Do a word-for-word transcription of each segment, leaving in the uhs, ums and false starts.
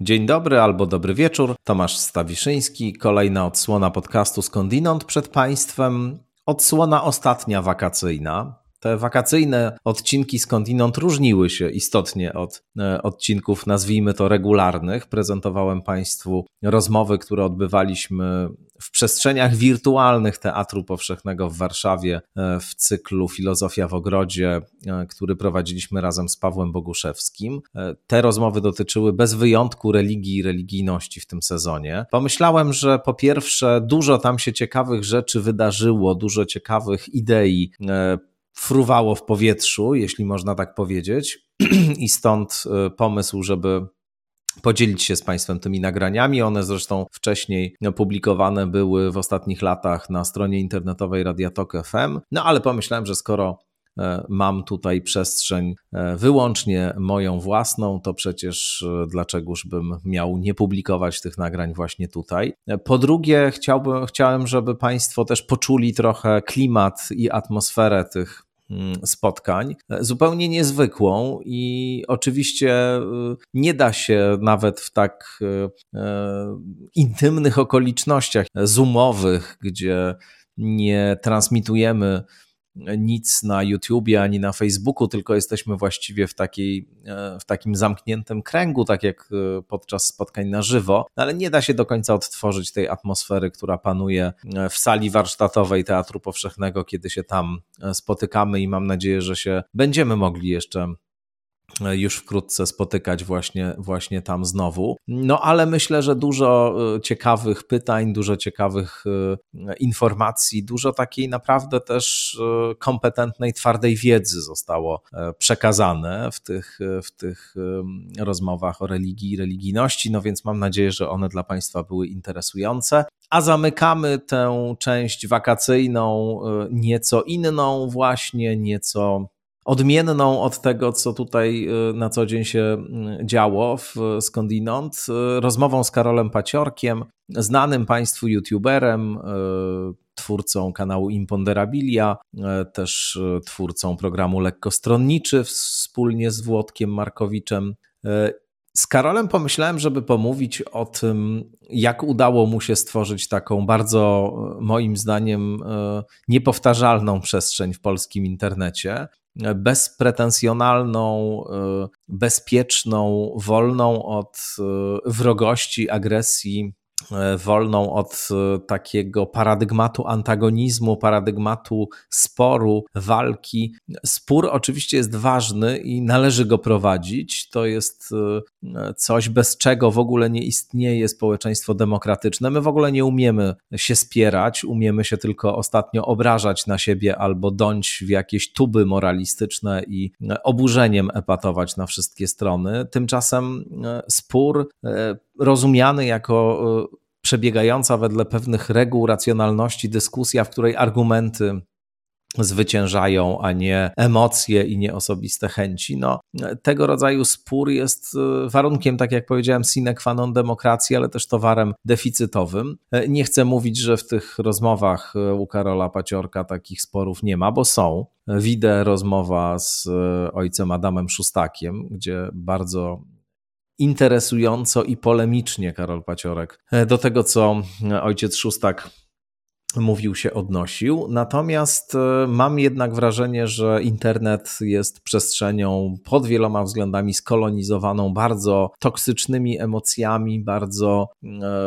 Dzień dobry albo dobry wieczór, Tomasz Stawiszyński, kolejna odsłona podcastu Skądinąd przed Państwem, odsłona ostatnia wakacyjna. Te wakacyjne odcinki Skądinąd różniły się istotnie od e, odcinków, nazwijmy to regularnych. Prezentowałem Państwu rozmowy, które odbywaliśmy w przestrzeniach wirtualnych Teatru Powszechnego w Warszawie e, w cyklu Filozofia w ogrodzie, e, który prowadziliśmy razem z Pawłem Boguszewskim. E, te rozmowy dotyczyły bez wyjątku religii i religijności w tym sezonie. Pomyślałem, że po pierwsze dużo tam się ciekawych rzeczy wydarzyło, dużo ciekawych idei e, fruwało w powietrzu, jeśli można tak powiedzieć, i stąd pomysł, żeby podzielić się z Państwem tymi nagraniami. One zresztą wcześniej publikowane były w ostatnich latach na stronie internetowej Radia Tok F M, no ale pomyślałem, że skoro mam tutaj przestrzeń wyłącznie moją własną, to przecież dlaczegoż bym miał nie publikować tych nagrań właśnie tutaj. Po drugie, chciałbym, chciałem, żeby Państwo też poczuli trochę klimat i atmosferę tych spotkań, zupełnie niezwykłą i oczywiście nie da się nawet w tak intymnych okolicznościach zoomowych, gdzie nie transmitujemy nic na YouTubie ani na Facebooku, tylko jesteśmy właściwie w, takiej, w takim zamkniętym kręgu, tak jak podczas spotkań na żywo, ale nie da się do końca odtworzyć tej atmosfery, która panuje w sali warsztatowej Teatru Powszechnego, kiedy się tam spotykamy i mam nadzieję, że się będziemy mogli jeszcze już wkrótce spotykać właśnie, właśnie tam znowu. No ale myślę, że dużo ciekawych pytań, dużo ciekawych informacji, dużo takiej naprawdę też kompetentnej, twardej wiedzy zostało przekazane w tych, w tych rozmowach o religii i religijności, no więc mam nadzieję, że one dla Państwa były interesujące. A zamykamy tę część wakacyjną nieco inną właśnie, nieco odmienną od tego, co tutaj na co dzień się działo w Skądinąd, rozmową z Karolem Paciorkiem, znanym Państwu youtuberem, twórcą kanału Imponderabilia, też twórcą programu Lekkostronniczy wspólnie z Włodkiem Markowiczem. Z Karolem pomyślałem, żeby pomówić o tym, jak udało mu się stworzyć taką bardzo, moim zdaniem, niepowtarzalną przestrzeń w polskim internecie, bezpretensjonalną, bezpieczną, wolną od wrogości, agresji, wolną od takiego paradygmatu antagonizmu, paradygmatu sporu, walki. Spór oczywiście jest ważny i należy go prowadzić. To jest coś, bez czego w ogóle nie istnieje społeczeństwo demokratyczne. My w ogóle nie umiemy się spierać, umiemy się tylko ostatnio obrażać na siebie albo dąć w jakieś tuby moralistyczne i oburzeniem epatować na wszystkie strony. Tymczasem spór rozumiany jako przebiegająca wedle pewnych reguł racjonalności dyskusja, w której argumenty zwyciężają, a nie emocje i nie osobiste chęci. No, tego rodzaju spór jest warunkiem, tak jak powiedziałem, sine qua non demokracji, ale też towarem deficytowym. Nie chcę mówić, że w tych rozmowach u Karola Paciorka takich sporów nie ma, bo są. Widzę rozmowa z ojcem Adamem Szustakiem, gdzie bardzo interesująco i polemicznie Karol Paciorek do tego, co ojciec Szustak mówił, się odnosił. Natomiast mam jednak wrażenie, że internet jest przestrzenią pod wieloma względami skolonizowaną bardzo toksycznymi emocjami, bardzo e,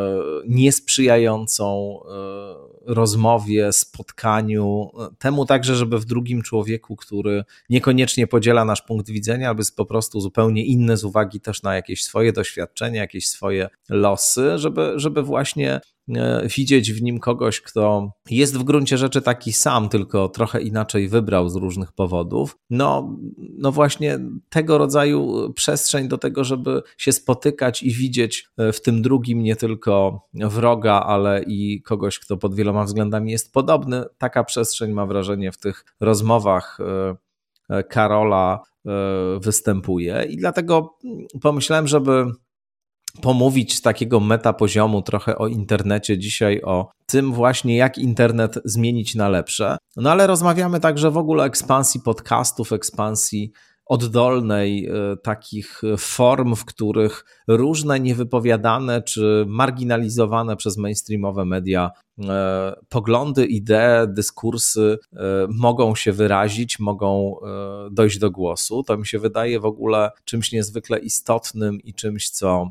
niesprzyjającą e, rozmowie, spotkaniu, temu także, żeby w drugim człowieku, który niekoniecznie podziela nasz punkt widzenia, albo jest po prostu zupełnie inny z uwagi też na jakieś swoje doświadczenia, jakieś swoje losy, żeby, żeby właśnie widzieć w nim kogoś, kto jest w gruncie rzeczy taki sam, tylko trochę inaczej wybrał z różnych powodów. No, no właśnie tego rodzaju przestrzeń do tego, żeby się spotykać i widzieć w tym drugim nie tylko wroga, ale i kogoś, kto pod wieloma względami jest podobny. Taka przestrzeń, mam wrażenie, w tych rozmowach Karola występuje i dlatego pomyślałem, żeby pomówić z takiego metapoziomu trochę o internecie dzisiaj, o tym właśnie, jak internet zmienić na lepsze. No ale rozmawiamy także w ogóle o ekspansji podcastów, ekspansji oddolnej, takich form, w których różne niewypowiadane czy marginalizowane przez mainstreamowe media poglądy, idee, dyskursy mogą się wyrazić, mogą dojść do głosu. To mi się wydaje w ogóle czymś niezwykle istotnym i czymś, co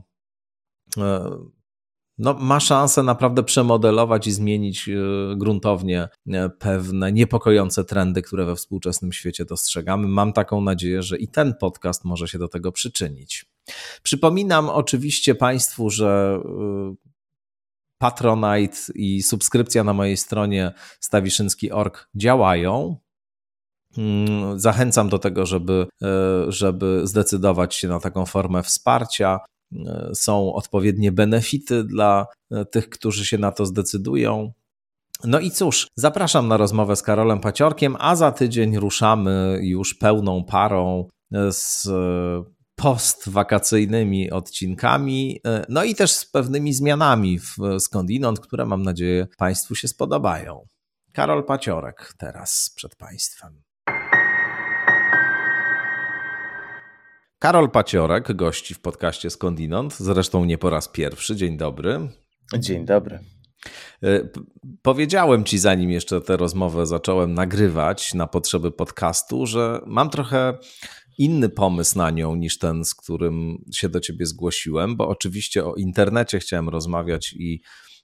no, ma szansę naprawdę przemodelować i zmienić gruntownie pewne niepokojące trendy, które we współczesnym świecie dostrzegamy. Mam taką nadzieję, że i ten podcast może się do tego przyczynić. Przypominam oczywiście Państwu, że Patronite i subskrypcja na mojej stronie stawiszynski kropka org działają. Zachęcam do tego, żeby, żeby zdecydować się na taką formę wsparcia. Są odpowiednie benefity dla tych, którzy się na to zdecydują. No i cóż, zapraszam na rozmowę z Karolem Paciorkiem, a za tydzień ruszamy już pełną parą z postwakacyjnymi odcinkami, no i też z pewnymi zmianami w Skądinąd, które mam nadzieję Państwu się spodobają. Karol Paciorek teraz przed Państwem. Karol Paciorek gości w podcaście Skądinąd, zresztą nie po raz pierwszy. Dzień dobry. Dzień dobry. Powiedziałem Ci, zanim jeszcze tę rozmowę zacząłem nagrywać na potrzeby podcastu, że mam trochę inny pomysł na nią niż ten, z którym się do Ciebie zgłosiłem, bo oczywiście o internecie chciałem rozmawiać i,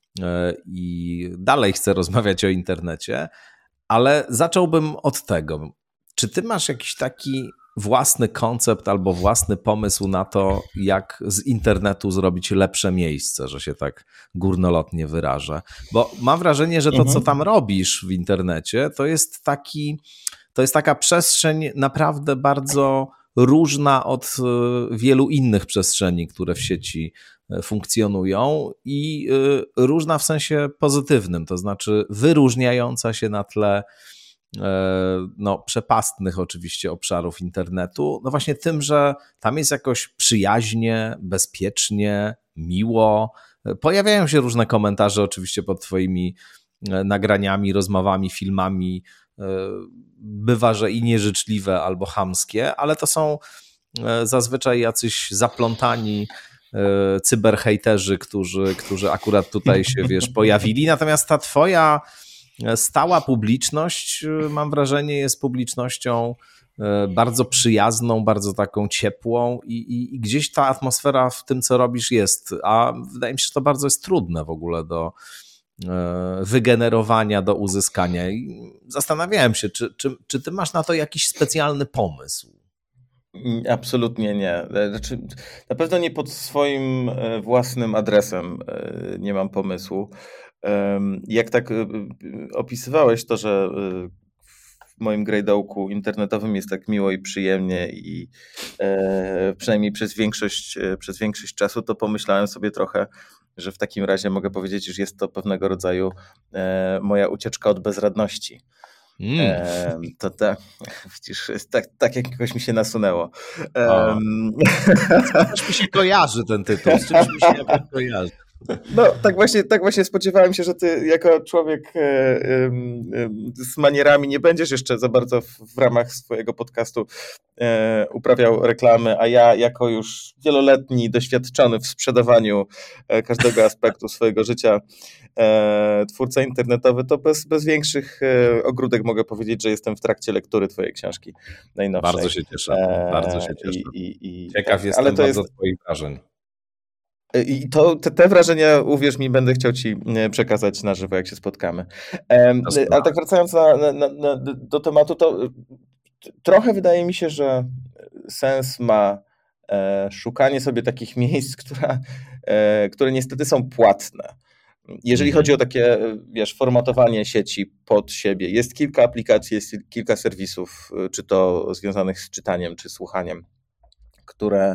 i dalej chcę rozmawiać o internecie, ale zacząłbym od tego. Czy Ty masz jakiś taki własny koncept albo własny pomysł na to, jak z internetu zrobić lepsze miejsce, że się tak górnolotnie wyrażę? Bo mam wrażenie, że to, co tam robisz w internecie, to jest taki, to jest taka przestrzeń naprawdę bardzo różna od wielu innych przestrzeni, które w sieci funkcjonują i różna w sensie pozytywnym, to znaczy wyróżniająca się na tle no, przepastnych oczywiście obszarów internetu, no właśnie tym, że tam jest jakoś przyjaźnie, bezpiecznie, miło. Pojawiają się różne komentarze oczywiście pod Twoimi nagraniami, rozmowami, filmami, bywa, że i nieżyczliwe albo chamskie, ale to są zazwyczaj jacyś zaplątani cyberhejterzy, którzy, którzy akurat tutaj się, wiesz, pojawili, natomiast ta Twoja stała publiczność, mam wrażenie, jest publicznością bardzo przyjazną, bardzo taką ciepłą i, i, i gdzieś ta atmosfera w tym, co robisz, jest, a wydaje mi się, że to bardzo jest trudne w ogóle do wygenerowania, do uzyskania. I zastanawiałem się, czy, czy, czy ty masz na to jakiś specjalny pomysł? Absolutnie nie. Znaczy, na pewno nie pod swoim własnym adresem nie mam pomysłu. Jak tak opisywałeś to, że w moim grajdołku internetowym jest tak miło i przyjemnie i przynajmniej przez większość, przez większość czasu, to pomyślałem sobie trochę, że w takim razie mogę powiedzieć, że jest to pewnego rodzaju moja ucieczka od bezradności. Mm. To tak, widzisz, tak, tak jakoś mi się nasunęło. Um. Z czymś mi się kojarzy ten tytuł, z czymś mi się jakoś kojarzy. No, tak właśnie, tak właśnie spodziewałem się, że ty jako człowiek e, e, z manierami nie będziesz jeszcze za bardzo w, w ramach swojego podcastu e, uprawiał reklamy, a ja jako już wieloletni, doświadczony w sprzedawaniu e, każdego aspektu swojego życia e, twórca internetowy, to bez, bez większych e, ogródek mogę powiedzieć, że jestem w trakcie lektury twojej książki najnowszej. Bardzo się cieszę, e, bardzo się cieszę. I, i, i, Ciekaw tak, jestem ale to bardzo jest... twoich wrażeń. I to, te, te wrażenia, uwierz mi, będę chciał ci przekazać na żywo, jak się spotkamy. Um, ale tak wracając na, na, na, do tematu, to trochę wydaje mi się, że sens ma e, szukanie sobie takich miejsc, która, e, które niestety są płatne. Jeżeli chodzi o takie, wiesz, formatowanie sieci pod siebie, jest kilka aplikacji, jest kilka serwisów, czy to związanych z czytaniem, czy słuchaniem, które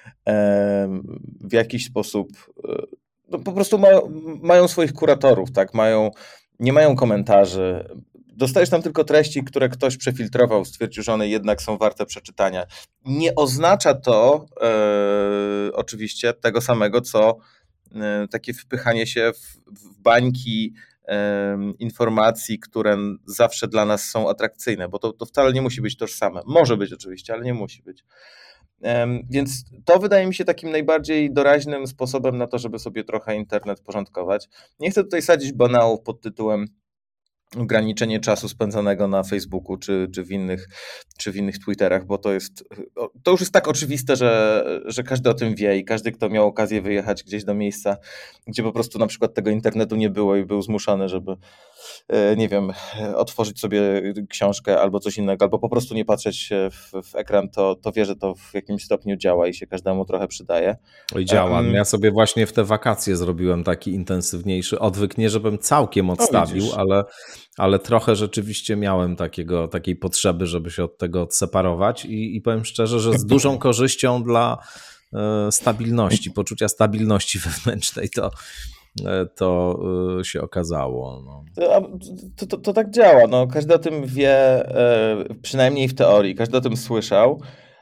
w jakiś sposób no, po prostu ma, mają swoich kuratorów, tak? Mają, nie mają komentarzy. Dostajesz tam tylko treści, które ktoś przefiltrował, stwierdził, że one jednak są warte przeczytania. Nie oznacza to e, oczywiście tego samego, co e, takie wpychanie się w, w bańki um, informacji, które zawsze dla nas są atrakcyjne, bo to, to wcale nie musi być tożsame. Może być oczywiście, ale nie musi być. Um, więc to wydaje mi się takim najbardziej doraźnym sposobem na to, żeby sobie trochę internet porządkować. Nie chcę tutaj sadzić banałów pod tytułem ograniczenie czasu spędzonego na Facebooku czy, czy, w innych, czy w innych Twitterach, bo to jest, to już jest tak oczywiste, że, że każdy o tym wie i każdy, kto miał okazję wyjechać gdzieś do miejsca, gdzie po prostu na przykład tego internetu nie było i był zmuszony, żeby, nie wiem, otworzyć sobie książkę albo coś innego, albo po prostu nie patrzeć w, w ekran, to, to wie, że to w jakimś stopniu działa i się każdemu trochę przydaje. Oj, działa. Um, ja sobie właśnie w te wakacje zrobiłem taki intensywniejszy odwyk, nie żebym całkiem odstawił, o, ale ale trochę rzeczywiście miałem takiego, takiej potrzeby, żeby się od tego odseparować i, i powiem szczerze, że z dużą korzyścią dla e, stabilności, poczucia stabilności wewnętrznej to, e, to e, się okazało. No. To, to, to tak działa, no. Każdy o tym wie, e, przynajmniej w teorii, każdy o tym słyszał.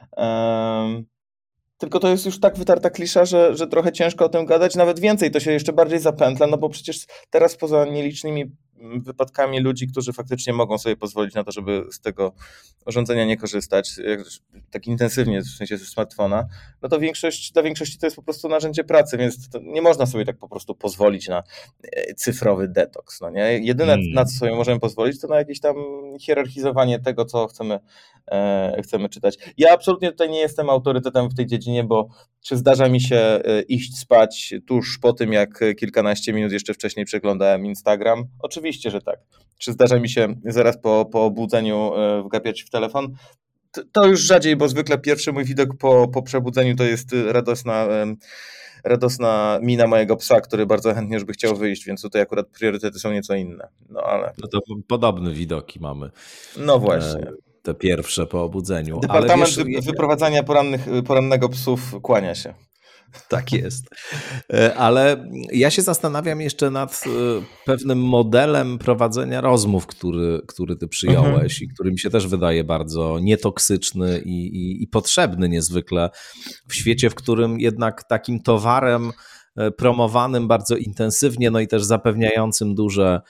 E, Tylko to jest już tak wytarta klisza, że, że trochę ciężko o tym gadać, nawet więcej, to się jeszcze bardziej zapętla, no bo przecież teraz poza nielicznymi wypadkami ludzi, którzy faktycznie mogą sobie pozwolić na to, żeby z tego urządzenia nie korzystać tak intensywnie, w sensie ze smartfona, no to większość, dla większości to jest po prostu narzędzie pracy, więc nie można sobie tak po prostu pozwolić na cyfrowy detoks. No nie? Jedyne, mm. na co sobie możemy pozwolić, to na jakieś tam hierarchizowanie tego, co chcemy, e, chcemy czytać. Ja absolutnie tutaj nie jestem autorytetem w tej dziedzinie, bo czy zdarza mi się iść spać tuż po tym, jak kilkanaście minut jeszcze wcześniej przeglądałem Instagram? Oczywiście, że tak. Czy zdarza mi się zaraz po, po obudzeniu wgapiać w telefon? To już rzadziej, bo zwykle pierwszy mój widok po, po przebudzeniu to jest radosna, radosna mina mojego psa, który bardzo chętnie już by chciał wyjść, więc tutaj akurat priorytety są nieco inne. No ale... No to podobne widoki mamy. No właśnie. Te pierwsze po obudzeniu. Departament ale wiesz, wyprowadzania porannych, porannego psów kłania się. Tak jest. Ale ja się zastanawiam jeszcze nad pewnym modelem prowadzenia rozmów, który, który ty przyjąłeś mhm. i który mi się też wydaje bardzo nietoksyczny i, i, i potrzebny niezwykle w świecie, w którym jednak takim towarem promowanym bardzo intensywnie, no i też zapewniającym duże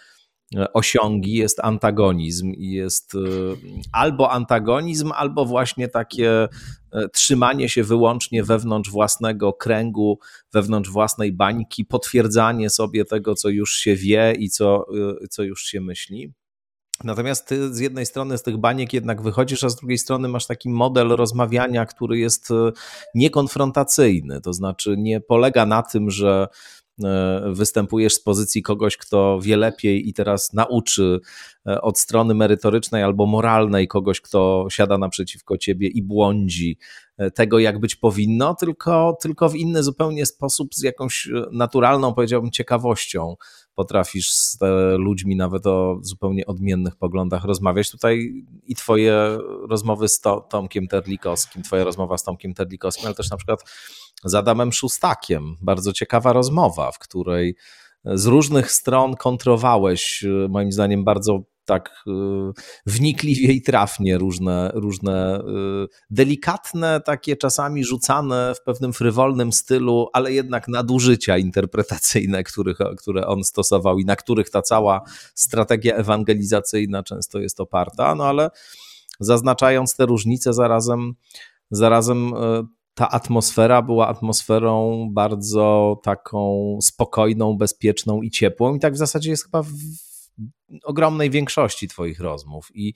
osiągi jest antagonizm i jest albo antagonizm, albo właśnie takie trzymanie się wyłącznie wewnątrz własnego kręgu, wewnątrz własnej bańki, potwierdzanie sobie tego, co już się wie i co, co już się myśli. Natomiast ty z jednej strony z tych baniek jednak wychodzisz, a z drugiej strony masz taki model rozmawiania, który jest niekonfrontacyjny, to znaczy nie polega na tym, że występujesz z pozycji kogoś, kto wie lepiej i teraz nauczy od strony merytorycznej albo moralnej kogoś, kto siada naprzeciwko ciebie i błądzi tego, jak być powinno, tylko, tylko w inny zupełnie sposób, z jakąś naturalną, powiedziałbym, ciekawością potrafisz z ludźmi nawet o zupełnie odmiennych poglądach rozmawiać. Tutaj i twoje rozmowy z Tomkiem Terlikowskim, twoja rozmowa z Tomkiem Terlikowskim, ale też na przykład z Adamem Szustakiem. Bardzo ciekawa rozmowa, w której z różnych stron kontrowałeś, moim zdaniem, bardzo tak wnikliwie i trafnie różne, różne delikatne, takie czasami rzucane w pewnym frywolnym stylu, ale jednak nadużycia interpretacyjne, których, które on stosował i na których ta cała strategia ewangelizacyjna często jest oparta, no ale zaznaczając te różnice zarazem, zarazem ta atmosfera była atmosferą bardzo taką spokojną, bezpieczną i ciepłą i tak w zasadzie jest chyba w ogromnej większości twoich rozmów i,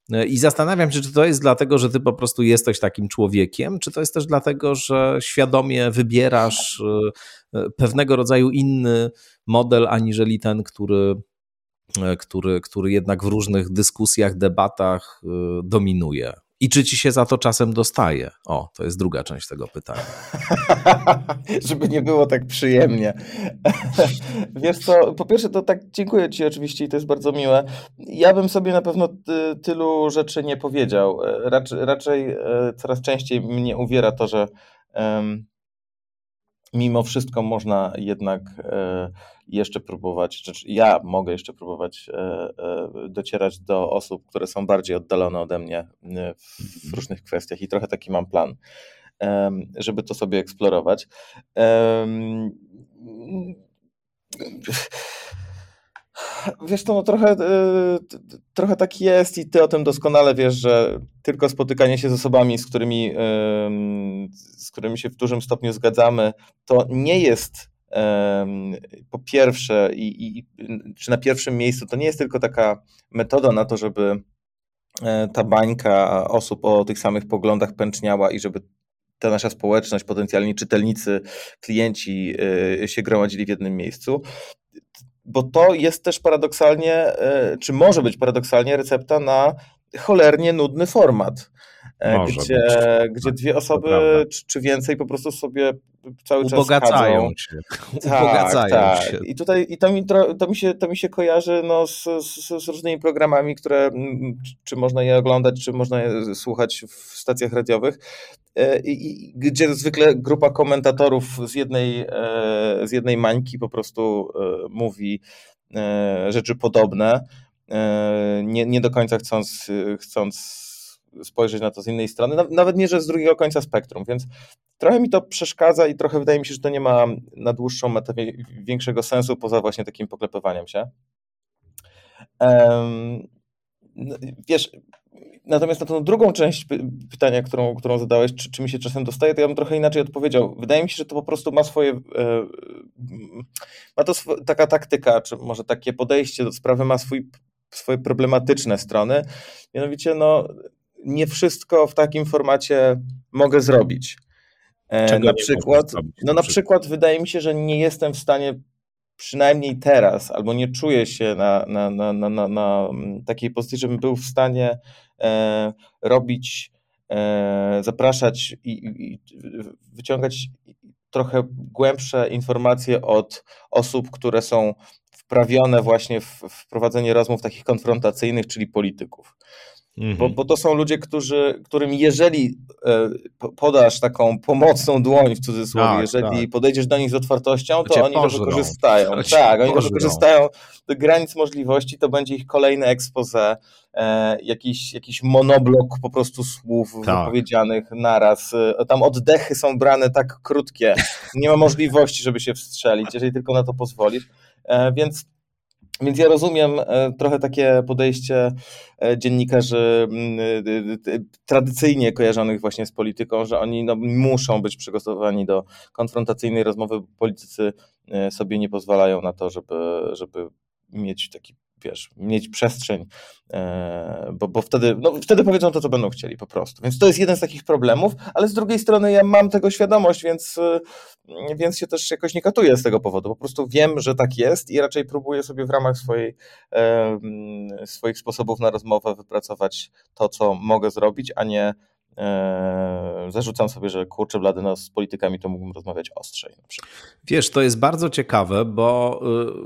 i zastanawiam się, czy to jest dlatego, że ty po prostu jesteś takim człowiekiem, czy to jest też dlatego, że świadomie wybierasz pewnego rodzaju inny model, aniżeli ten, który, który, który jednak w różnych dyskusjach, debatach dominuje. I czy ci się za to czasem dostaje? O, to jest druga część tego pytania. Żeby nie było tak przyjemnie. Wiesz co, po pierwsze to tak dziękuję ci oczywiście i to jest bardzo miłe. Ja bym sobie na pewno ty, tylu rzeczy nie powiedział. Rac, raczej coraz częściej mnie uwiera to, że um, mimo wszystko można jednak e, jeszcze próbować, czy ja mogę jeszcze próbować e, e, docierać do osób, które są bardziej oddalone ode mnie w, w różnych kwestiach i trochę taki mam plan, e, żeby to sobie eksplorować. E, Wiesz to, no trochę, trochę tak jest i ty o tym doskonale wiesz, że tylko spotykanie się z osobami, z którymi, z którymi się w dużym stopniu zgadzamy, to nie jest po pierwsze i, i czy na pierwszym miejscu, to nie jest tylko taka metoda na to, żeby ta bańka osób o tych samych poglądach pęczniała i żeby ta nasza społeczność, potencjalni czytelnicy, klienci się gromadzili w jednym miejscu, bo to jest też paradoksalnie, czy może być paradoksalnie recepta na cholernie nudny format, może gdzie, być. gdzie dwie osoby czy, czy więcej po prostu sobie cały ubogacają czas się. Tak, ubogacają tak. się. I tutaj i to, mi, to, mi się, to mi się kojarzy no, z, z, z różnymi programami, które czy można je oglądać, czy można je słuchać w stacjach radiowych, I, i, gdzie zwykle grupa komentatorów z jednej, z jednej mańki po prostu mówi rzeczy podobne, nie, nie do końca chcąc, chcąc spojrzeć na to z innej strony, nawet nie, że z drugiego końca spektrum, więc trochę mi to przeszkadza i trochę wydaje mi się, że to nie ma na dłuższą metę większego sensu poza właśnie takim poklepywaniem się. Um, wiesz, natomiast na tą drugą część pytania, którą, którą zadałeś, czy, czy mi się czasem dostaje, to ja bym trochę inaczej odpowiedział. Wydaje mi się, że to po prostu ma swoje, e, ma to sw- taka taktyka, czy może takie podejście do sprawy ma swój, swoje problematyczne strony. Mianowicie, no, nie wszystko w takim formacie mogę zrobić. E, na przykład, zrobić, no na przykład wydaje mi się, że nie jestem w stanie przynajmniej teraz, albo nie czuję się na, na, na, na, na, na takiej pozycji, żebym był w stanie e, robić, e, zapraszać i, i wyciągać trochę głębsze informacje od osób, które są wprawione właśnie w, w prowadzenie rozmów takich konfrontacyjnych, czyli polityków. Bo, bo to są ludzie, którzy, którym jeżeli e, podasz taką pomocną dłoń w cudzysłowie, tak, jeżeli tak. podejdziesz do nich z otwartością, to, to oni to wykorzystają. To tak, oni to wykorzystają do granic możliwości, to będzie ich kolejne expose, e, jakiś, jakiś monoblok po prostu słów tak. wypowiedzianych naraz. E, tam oddechy są brane tak krótkie, nie ma możliwości, żeby się wstrzelić, jeżeli tylko na to pozwolisz. E, więc Więc ja rozumiem trochę takie podejście dziennikarzy tradycyjnie kojarzonych właśnie z polityką, że oni no, muszą być przygotowani do konfrontacyjnej rozmowy, bo politycy sobie nie pozwalają na to, żeby, żeby mieć taki, wiesz, mieć przestrzeń, bo, bo wtedy, no, wtedy powiedzą to, co będą chcieli po prostu. Więc to jest jeden z takich problemów, ale z drugiej strony ja mam tego świadomość, więc, więc się też jakoś nie katuję z tego powodu. Po prostu wiem, że tak jest i raczej próbuję sobie w ramach swojej, swoich sposobów na rozmowę wypracować to, co mogę zrobić, a nie zarzucam sobie, że kurczę blady, no z politykami to mógłbym rozmawiać ostrzej. Na przykład. Wiesz, to jest bardzo ciekawe, bo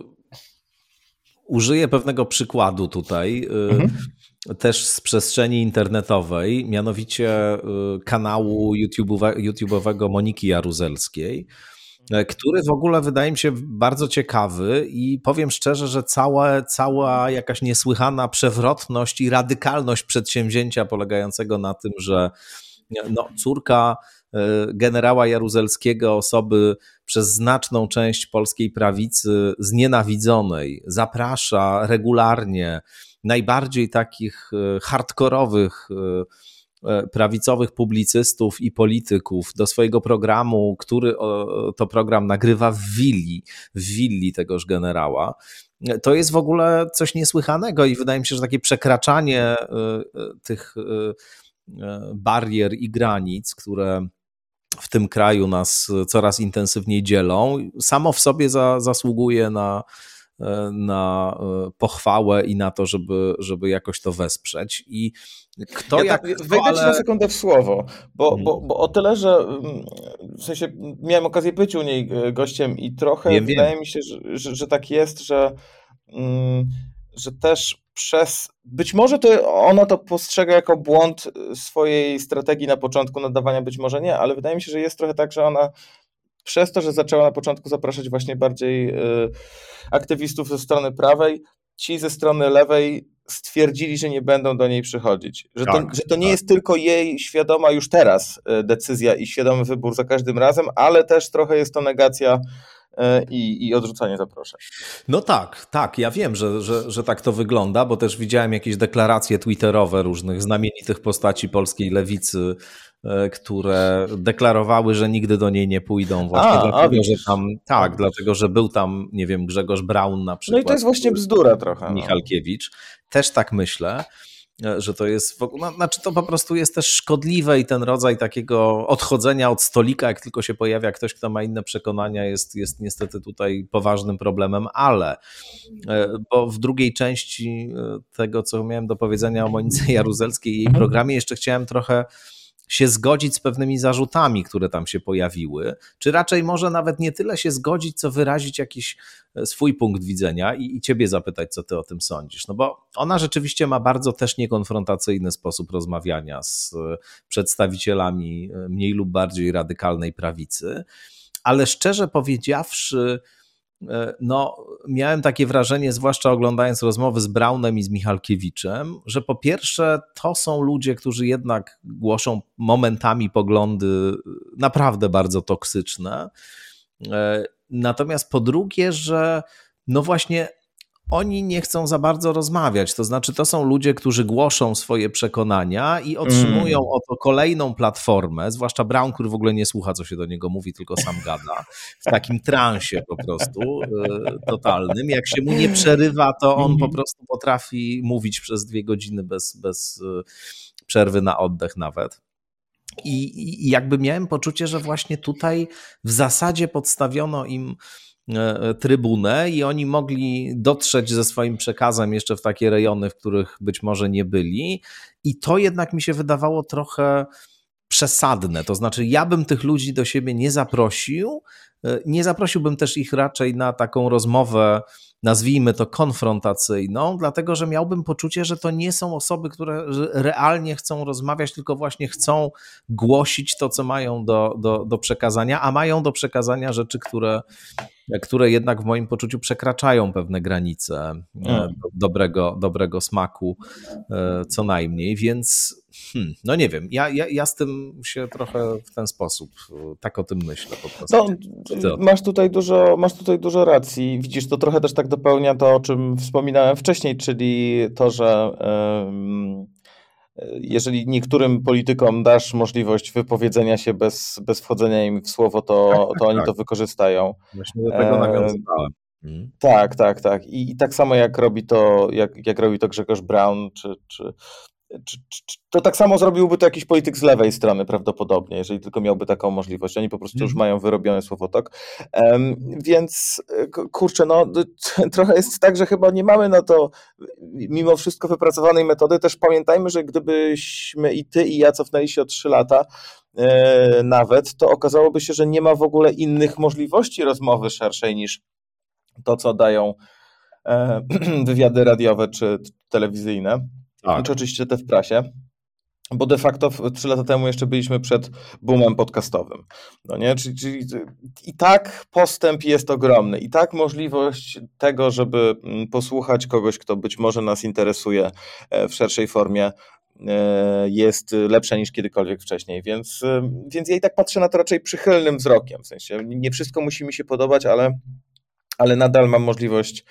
użyję pewnego przykładu tutaj, mhm. też z przestrzeni internetowej, mianowicie kanału YouTube'owego Moniki Jaruzelskiej, który w ogóle wydaje mi się bardzo ciekawy i powiem szczerze, że cała, cała jakaś niesłychana przewrotność i radykalność przedsięwzięcia polegającego na tym, że no, córka generała Jaruzelskiego, osoby przez znaczną część polskiej prawicy znienawidzonej, zaprasza regularnie najbardziej takich hardkorowych prawicowych publicystów i polityków do swojego programu, który to program nagrywa w willi, w willi tegoż generała. To jest w ogóle coś niesłychanego i wydaje mi się, że takie przekraczanie tych barier i granic, które w tym kraju nas coraz intensywniej dzielą, samo w sobie za, zasługuje na, na pochwałę i na to, żeby, żeby jakoś to wesprzeć. I kto ja jak tak, kto, wejdę ale... ci na sekundę w słowo, bo, hmm. bo, bo o tyle, że w sensie miałem okazję być u niej gościem i trochę wiem, wydaje wiem. mi się, że, że, że tak jest, że, że też przez, być może to ona to postrzega jako błąd swojej strategii na początku nadawania, być może nie, ale wydaje mi się, że jest trochę tak, że ona przez to, że zaczęła na początku zapraszać właśnie bardziej y, aktywistów ze strony prawej, ci ze strony lewej stwierdzili, że nie będą do niej przychodzić. Że to, tak, że to nie tak. jest tylko jej świadoma już teraz decyzja i świadomy wybór za każdym razem, ale też trochę jest to negacja i, i odrzucanie zaproszeń. No tak, tak, ja wiem, że, że, że tak to wygląda, bo też widziałem jakieś deklaracje twitterowe różnych znamienitych postaci polskiej lewicy, które deklarowały, że nigdy do niej nie pójdą właśnie a, dlatego, a, że tam, tak, a, dlatego, że był tam, nie wiem, Grzegorz Braun na przykład. No i to jest właśnie bzdura trochę. Michalkiewicz. No. Też tak myślę, że to jest, no, znaczy to po prostu jest też szkodliwe i ten rodzaj takiego odchodzenia od stolika, jak tylko się pojawia ktoś, kto ma inne przekonania, jest, jest niestety tutaj poważnym problemem, ale bo w drugiej części tego, co miałem do powiedzenia o Monice Jaruzelskiej i jej programie, jeszcze chciałem trochę się zgodzić z pewnymi zarzutami, które tam się pojawiły, czy raczej może nawet nie tyle się zgodzić, co wyrazić jakiś swój punkt widzenia i, i ciebie zapytać, co ty o tym sądzisz. No bo ona rzeczywiście ma bardzo też niekonfrontacyjny sposób rozmawiania z przedstawicielami mniej lub bardziej radykalnej prawicy, ale szczerze powiedziawszy, no, miałem takie wrażenie, zwłaszcza oglądając rozmowy z Braunem i z Michalkiewiczem, że po pierwsze to są ludzie, którzy jednak głoszą momentami poglądy naprawdę bardzo toksyczne. Natomiast po drugie, że no właśnie oni nie chcą za bardzo rozmawiać, to znaczy to są ludzie, którzy głoszą swoje przekonania i otrzymują mm. oto kolejną platformę, zwłaszcza Braun, który w ogóle nie słucha, co się do niego mówi, tylko sam gada, w takim transie po prostu y, totalnym. Jak się mu nie przerywa, to on po prostu potrafi mówić przez dwie godziny bez, bez y, przerwy na oddech nawet. I, I jakby miałem poczucie, że właśnie tutaj w zasadzie podstawiono im trybunę i oni mogli dotrzeć ze swoim przekazem jeszcze w takie rejony, w których być może nie byli, i to jednak mi się wydawało trochę przesadne, to znaczy ja bym tych ludzi do siebie nie zaprosił, nie zaprosiłbym też ich raczej na taką rozmowę, nazwijmy to konfrontacyjną, dlatego że miałbym poczucie, że to nie są osoby, które realnie chcą rozmawiać, tylko właśnie chcą głosić to, co mają do, do, do przekazania, a mają do przekazania rzeczy, które, które jednak w moim poczuciu przekraczają pewne granice mm. dobrego, dobrego smaku co najmniej, więc hmm, no nie wiem, ja, ja, ja z tym się trochę w ten sposób, tak o tym myślę po prostu. No, masz tutaj dużo, masz tutaj dużo racji, widzisz, to trochę też tak dopełnia to, o czym wspominałem wcześniej, czyli to, że um, jeżeli niektórym politykom dasz możliwość wypowiedzenia się bez, bez wchodzenia im w słowo, to, tak, tak, to oni tak. to wykorzystają. Właśnie do tego nawiązałem. Hmm. Tak, tak, tak. I, I tak samo jak robi to, jak, jak robi to Grzegorz Braun, czy, czy, czy, czy to tak samo zrobiłby to jakiś polityk z lewej strony prawdopodobnie, jeżeli tylko miałby taką możliwość. Oni po prostu hmm. już mają wyrobiony słowotok. Um, więc kurczę, no trochę jest tak, że chyba nie mamy na to mimo wszystko wypracowanej metody. Też pamiętajmy, że gdybyśmy i ty i ja cofnęli się o trzy lata e, nawet, to okazałoby się, że nie ma w ogóle innych możliwości rozmowy szerszej niż to, co dają e, wywiady radiowe czy telewizyjne, tak. czy oczywiście te w prasie, bo de facto trzy lata temu jeszcze byliśmy przed boomem podcastowym. No nie? Czyli, czyli i tak postęp jest ogromny, i tak możliwość tego, żeby posłuchać kogoś, kto być może nas interesuje w szerszej formie, jest lepsza niż kiedykolwiek wcześniej, więc, więc ja i tak patrzę na to raczej przychylnym wzrokiem, w sensie nie wszystko musi mi się podobać, ale ale nadal mam możliwość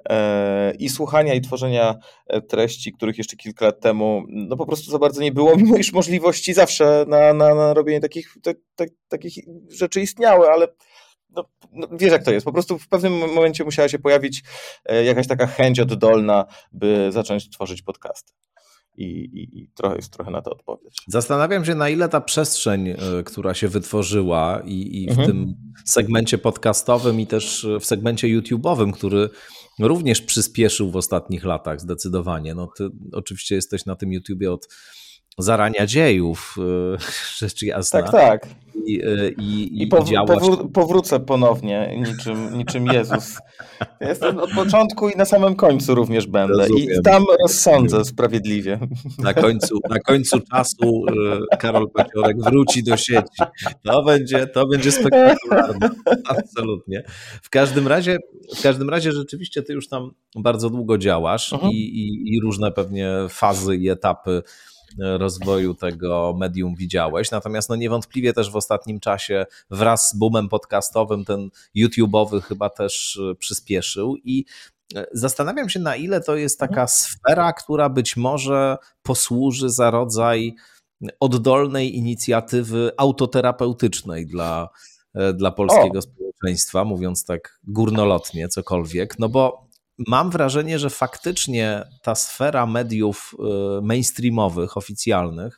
e, i słuchania, i tworzenia treści, których jeszcze kilka lat temu no po prostu za bardzo nie było, mimo iż możliwości zawsze na, na, na robienie takich, te, te, takich rzeczy istniały, ale no, no, wiesz jak to jest, po prostu w pewnym momencie musiała się pojawić e, jakaś taka chęć oddolna, by zacząć tworzyć podcasty. I, i, i trochę jest trochę na to odpowiedź. Zastanawiam się, na ile ta przestrzeń, która się wytworzyła i, i w mhm. tym segmencie podcastowym i też w segmencie YouTube'owym, który również przyspieszył w ostatnich latach zdecydowanie. No ty oczywiście jesteś na tym YouTubie od zarania dziejów, rzecz jasna. Tak, tak. I, i, I pow, działasz... powró- powrócę ponownie, niczym, niczym Jezus. Ja jestem od początku i na samym końcu również będę. Rozumiem. I tam rozsądzę sprawiedliwie. Na końcu, na końcu czasu Karol Paciorek wróci do sieci. To będzie, to będzie spektakularne. Absolutnie. W każdym razie, w każdym razie rzeczywiście ty już tam bardzo długo działasz uh-huh. i, i, i różne pewnie fazy i etapy rozwoju tego medium widziałeś. Natomiast no niewątpliwie też w ostatnim czasie wraz z boomem podcastowym ten YouTube'owy chyba też przyspieszył i zastanawiam się, na ile to jest taka sfera, która być może posłuży za rodzaj oddolnej inicjatywy autoterapeutycznej dla, dla polskiego o. społeczeństwa, mówiąc tak górnolotnie, cokolwiek, no bo mam wrażenie, że faktycznie ta sfera mediów mainstreamowych, oficjalnych,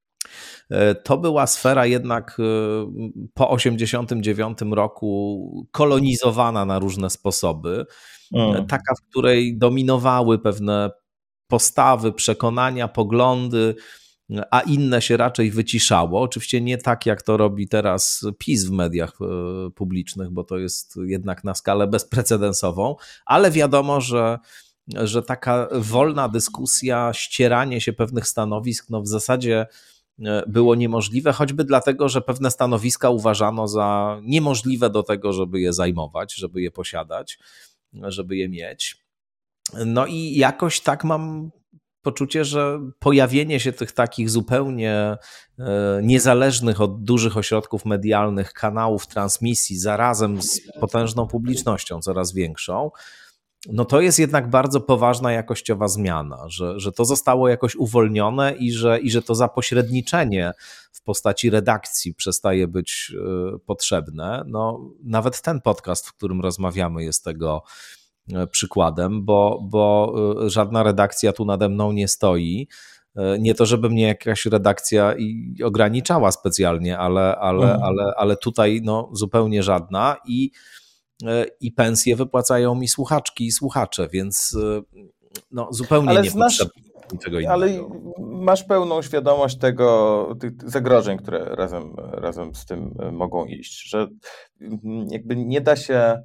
to była sfera jednak po osiemdziesiątym dziewiątym roku kolonizowana na różne sposoby, mm. taka, w której dominowały pewne postawy, przekonania, poglądy, a inne się raczej wyciszało. Oczywiście nie tak, jak to robi teraz PiS w mediach publicznych, bo to jest jednak na skalę bezprecedensową, ale wiadomo, że, że taka wolna dyskusja, ścieranie się pewnych stanowisk, no w zasadzie było niemożliwe, choćby dlatego, że pewne stanowiska uważano za niemożliwe do tego, żeby je zajmować, żeby je posiadać, żeby je mieć. No i jakoś tak mam poczucie, że pojawienie się tych takich zupełnie niezależnych od dużych ośrodków medialnych kanałów transmisji zarazem z potężną publicznością coraz większą, no to jest jednak bardzo poważna jakościowa zmiana, że, że to zostało jakoś uwolnione i że, i że to zapośredniczenie w postaci redakcji przestaje być potrzebne. No, nawet ten podcast, w którym rozmawiamy, jest tego przykładem, bo, bo żadna redakcja tu nade mną nie stoi. Nie to, żeby mnie jakaś redakcja i ograniczała specjalnie, ale, ale, mhm. ale, ale tutaj no, zupełnie żadna i i pensje wypłacają mi słuchaczki i słuchacze, więc no, zupełnie ale nie znasz, niczego innego. Ale masz pełną świadomość tego, tych zagrożeń, które razem, razem z tym mogą iść, że jakby nie da się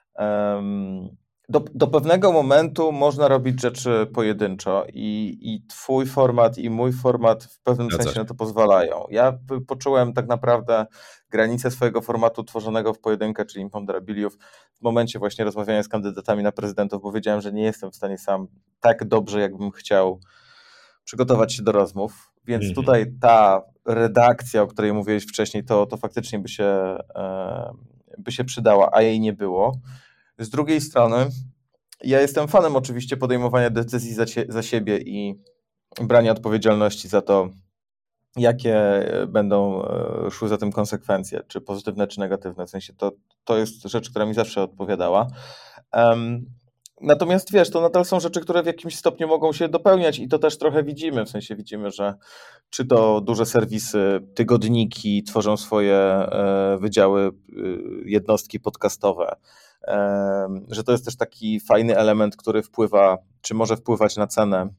um, do, do pewnego momentu można robić rzeczy pojedynczo i, i twój format i mój format w pewnym Zgadza sensie się. na to pozwalają. Ja poczułem tak naprawdę granicę swojego formatu tworzonego w pojedynkę, czyli Imponderabiliów, w momencie właśnie rozmawiania z kandydatami na prezydentów, bo wiedziałem, że nie jestem w stanie sam tak dobrze, jakbym chciał przygotować się do rozmów, więc mm-hmm. tutaj ta redakcja, o której mówiłeś wcześniej, to, to faktycznie by się, e, by się przydała, a jej nie było. Z drugiej strony ja jestem fanem oczywiście podejmowania decyzji za, za siebie i brania odpowiedzialności za to, jakie będą szły za tym konsekwencje, czy pozytywne, czy negatywne. W sensie to, to jest rzecz, która mi zawsze odpowiadała. Um, natomiast wiesz, to nadal są rzeczy, które w jakimś stopniu mogą się dopełniać i to też trochę widzimy. W sensie widzimy, że czy to duże serwisy, tygodniki tworzą swoje e, wydziały, e, jednostki podcastowe, e, że to jest też taki fajny element, który wpływa, czy może wpływać na cenę,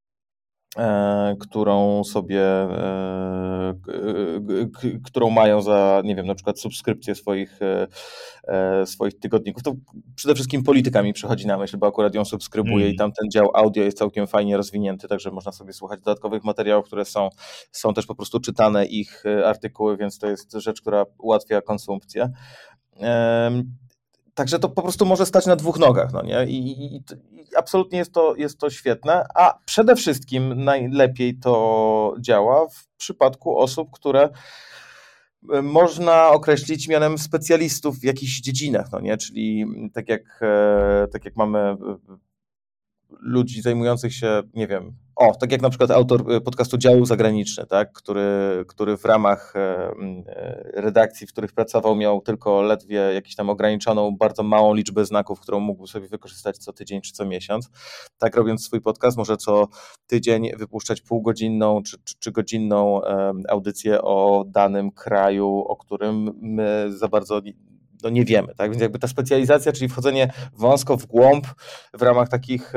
E, którą sobie, e, k, którą mają za, nie wiem, na przykład subskrypcję swoich, e, swoich tygodników. To przede wszystkim polityka mi przychodzi na myśl, bo akurat ją subskrybuję mm. i tam ten dział audio jest całkiem fajnie rozwinięty, także można sobie słuchać dodatkowych materiałów, które są, są też po prostu czytane, ich artykuły, więc to jest rzecz, która ułatwia konsumpcję. E, Także to po prostu może stać na dwóch nogach, no nie? I, i, i absolutnie jest to, jest to świetne, a przede wszystkim najlepiej to działa w przypadku osób, które można określić mianem specjalistów w jakichś dziedzinach, no nie? Czyli tak jak, tak jak mamy ludzi zajmujących się, nie wiem, o, tak jak na przykład autor podcastu Działu Zagraniczny, tak, który, który w ramach redakcji, w których pracował, miał tylko ledwie jakąś tam ograniczoną, bardzo małą liczbę znaków, którą mógł sobie wykorzystać co tydzień czy co miesiąc. Tak robiąc swój podcast, może co tydzień wypuszczać półgodzinną czy, czy, czy godzinną audycję o danym kraju, o którym my za bardzo no nie wiemy, tak? Więc jakby ta specjalizacja, czyli wchodzenie wąsko w głąb w ramach takich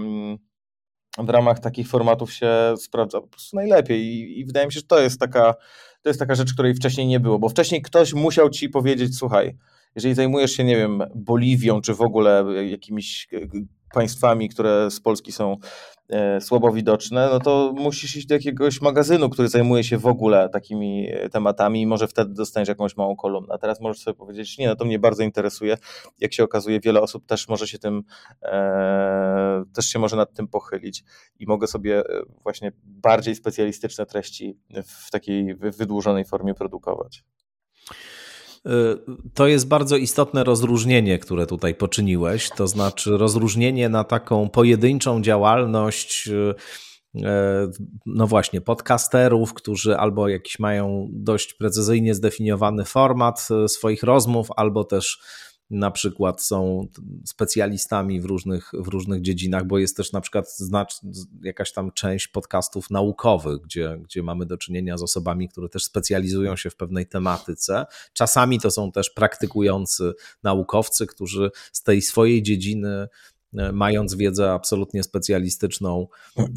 w ramach takich formatów się sprawdza po prostu najlepiej i, i wydaje mi się, że to jest taka to jest taka rzecz, której wcześniej nie było, bo wcześniej ktoś musiał ci powiedzieć, słuchaj, jeżeli zajmujesz się, nie wiem, Boliwią, czy w ogóle jakimiś państwami, które z Polski są e, słabo widoczne, no to musisz iść do jakiegoś magazynu, który zajmuje się w ogóle takimi tematami i może wtedy dostaniesz jakąś małą kolumnę. A teraz możesz sobie powiedzieć, nie, no to mnie bardzo interesuje. Jak się okazuje, wiele osób też może się tym, e, też się może nad tym pochylić i mogę sobie właśnie bardziej specjalistyczne treści w takiej wydłużonej formie produkować. To jest bardzo istotne rozróżnienie, które tutaj poczyniłeś, to znaczy rozróżnienie na taką pojedynczą działalność, no właśnie, podcasterów, którzy albo jakiś mają dość precyzyjnie zdefiniowany format swoich rozmów, albo też na przykład są specjalistami w różnych, w różnych dziedzinach, bo jest też na przykład znacz, jakaś tam część podcastów naukowych, gdzie, gdzie mamy do czynienia z osobami, które też specjalizują się w pewnej tematyce. Czasami to są też praktykujący naukowcy, którzy z tej swojej dziedziny, mając wiedzę absolutnie specjalistyczną,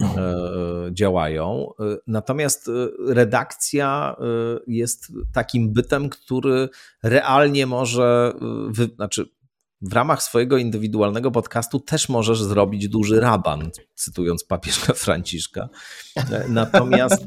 działają. Natomiast redakcja jest takim bytem, który realnie może, wy, znaczy w ramach swojego indywidualnego podcastu też możesz zrobić duży raban, cytując papieża Franciszka. Natomiast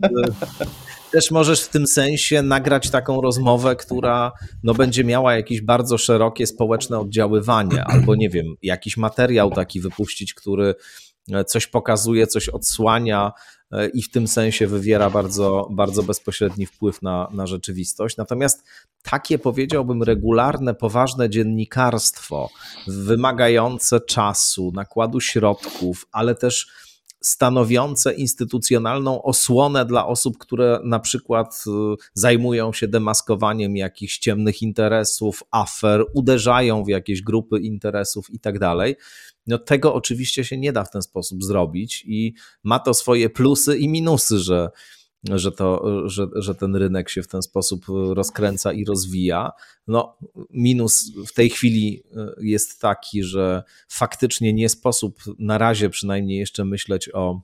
też możesz w tym sensie nagrać taką rozmowę, która no, będzie miała jakieś bardzo szerokie społeczne oddziaływanie, albo nie wiem, jakiś materiał taki wypuścić, który coś pokazuje, coś odsłania i w tym sensie wywiera bardzo, bardzo bezpośredni wpływ na, na rzeczywistość. Natomiast takie, powiedziałbym, regularne, poważne dziennikarstwo, wymagające czasu, nakładu środków, ale też stanowiące instytucjonalną osłonę dla osób, które na przykład zajmują się demaskowaniem jakichś ciemnych interesów, afer, uderzają w jakieś grupy interesów i tak dalej. No tego oczywiście się nie da w ten sposób zrobić i ma to swoje plusy i minusy, że, że, to, że, że ten rynek się w ten sposób rozkręca i rozwija. No, minus w tej chwili jest taki, że faktycznie nie sposób na razie przynajmniej jeszcze myśleć o,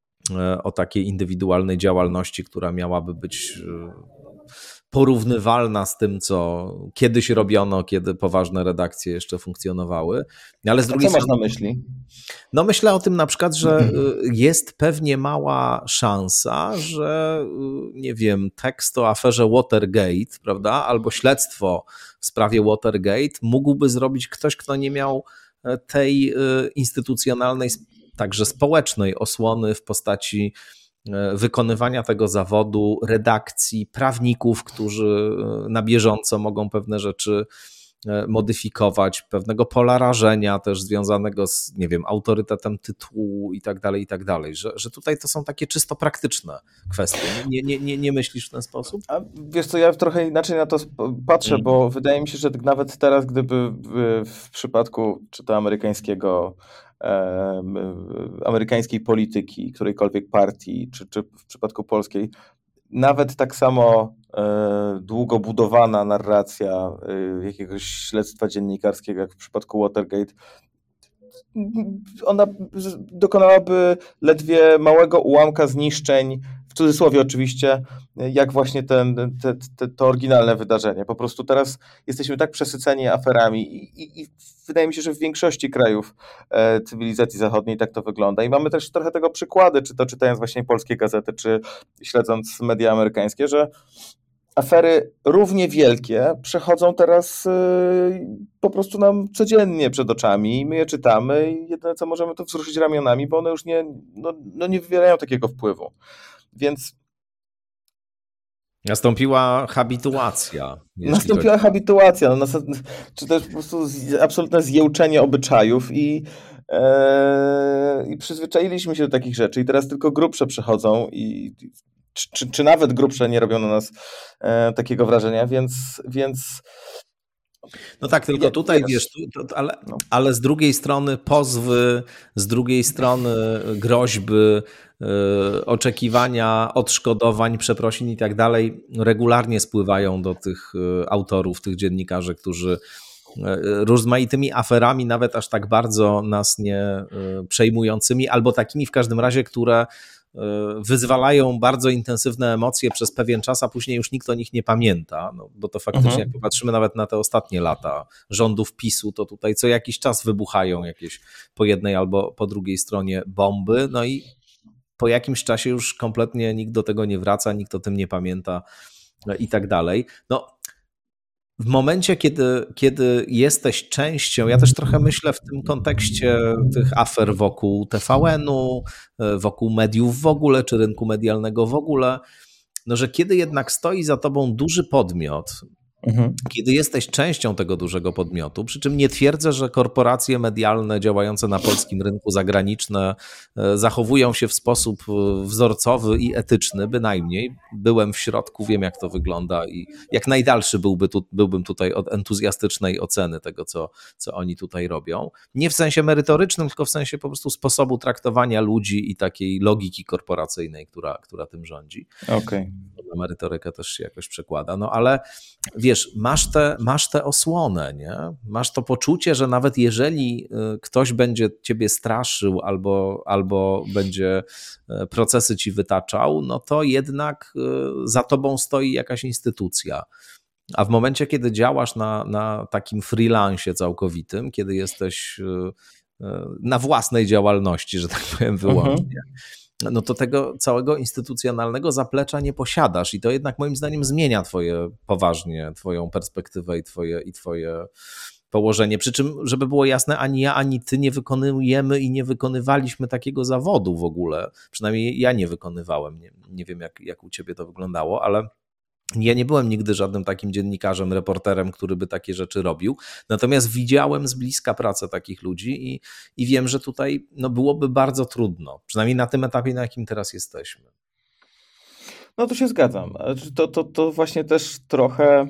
o takiej indywidualnej działalności, która miałaby być porównywalna z tym, co kiedyś robiono, kiedy poważne redakcje jeszcze funkcjonowały. Ale z drugiej strony, co masz na myśli? No myślę o tym na przykład, że jest pewnie mała szansa, że nie wiem, tekst o aferze Watergate, prawda, albo śledztwo w sprawie Watergate mógłby zrobić ktoś, kto nie miał tej instytucjonalnej, także społecznej osłony w postaci wykonywania tego zawodu, redakcji, prawników, którzy na bieżąco mogą pewne rzeczy modyfikować, pewnego polarażenia też związanego z, nie wiem, autorytetem tytułu i tak dalej, i tak dalej, że, że tutaj to są takie czysto praktyczne kwestie. Nie, nie, nie, nie myślisz w ten sposób? A wiesz co, ja trochę inaczej na to patrzę, mm. bo wydaje mi się, że nawet teraz, gdyby w przypadku czy to amerykańskiego e, amerykańskiej polityki, którejkolwiek partii, czy, czy w przypadku polskiej, nawet tak samo e, długo budowana narracja e, jakiegoś śledztwa dziennikarskiego, jak w przypadku Watergate, ona dokonałaby ledwie małego ułamka zniszczeń, w cudzysłowie oczywiście, jak właśnie ten, te, te, to oryginalne wydarzenie. Po prostu teraz jesteśmy tak przesyceni aferami i, i, i wydaje mi się, że w większości krajów e, cywilizacji zachodniej tak to wygląda. I mamy też trochę tego przykłady, czy to czytając właśnie polskie gazety, czy śledząc media amerykańskie, że afery równie wielkie przechodzą teraz yy, po prostu nam codziennie przed oczami i my je czytamy i jedyne co możemy to wzruszyć ramionami, bo one już nie, no, no nie wywierają takiego wpływu. Więc nastąpiła habituacja. Nastąpiła chodzi... habituacja, no, czy też po prostu absolutne zjełczenie obyczajów i, e, i przyzwyczailiśmy się do takich rzeczy i teraz tylko grubsze przechodzą i Czy, czy nawet grubsze nie robią na nas e, takiego wrażenia, więc, więc... No tak, tylko tutaj wiesz, to, to, ale, no. ale z drugiej strony pozwy, z drugiej strony groźby, y, oczekiwania odszkodowań, przeprosin i tak dalej regularnie spływają do tych autorów, tych dziennikarzy, którzy rozmaitymi aferami, nawet aż tak bardzo nas nie przejmującymi, albo takimi w każdym razie, które wyzwalają bardzo intensywne emocje przez pewien czas, a później już nikt o nich nie pamięta, no, bo to faktycznie mhm. jak popatrzymy nawet na te ostatnie lata rządów PiSu, to tutaj co jakiś czas wybuchają jakieś po jednej albo po drugiej stronie bomby, no i po jakimś czasie już kompletnie nikt do tego nie wraca, nikt o tym nie pamięta i tak dalej. No, w momencie, kiedy, kiedy jesteś częścią, ja też trochę myślę w tym kontekście tych afer wokół T V N-u, wokół mediów w ogóle, czy rynku medialnego w ogóle, no, że kiedy jednak stoi za tobą duży podmiot, mhm. kiedy jesteś częścią tego dużego podmiotu, przy czym nie twierdzę, że korporacje medialne działające na polskim rynku zagraniczne zachowują się w sposób wzorcowy i etyczny, bynajmniej. Byłem w środku, wiem jak to wygląda i jak najdalszy byłby tu, byłbym tutaj od entuzjastycznej oceny tego, co, co oni tutaj robią. Nie w sensie merytorycznym, tylko w sensie po prostu sposobu traktowania ludzi i takiej logiki korporacyjnej, która, która tym rządzi. Okej. Na merytorykę też się jakoś przekłada, no ale wiesz, masz tę masz tę osłonę, nie? Masz to poczucie, że nawet jeżeli ktoś będzie ciebie straszył albo, albo będzie procesy ci wytaczał, no to jednak za tobą stoi jakaś instytucja. A w momencie, kiedy działasz na, na takim freelancie całkowitym, kiedy jesteś na własnej działalności, że tak powiem wyłącznie, mhm. no to tego całego instytucjonalnego zaplecza nie posiadasz i to jednak moim zdaniem zmienia twoje poważnie, twoją perspektywę i twoje, i twoje położenie. Przy czym, żeby było jasne, ani ja, ani ty nie wykonujemy i nie wykonywaliśmy takiego zawodu w ogóle. Przynajmniej ja nie wykonywałem. Nie, nie wiem, jak, jak u ciebie to wyglądało, ale ja nie byłem nigdy żadnym takim dziennikarzem, reporterem, który by takie rzeczy robił. Natomiast widziałem z bliska pracę takich ludzi i, i wiem, że tutaj no, byłoby bardzo trudno. Przynajmniej na tym etapie, na jakim teraz jesteśmy. No to się zgadzam. To, to, to właśnie też trochę...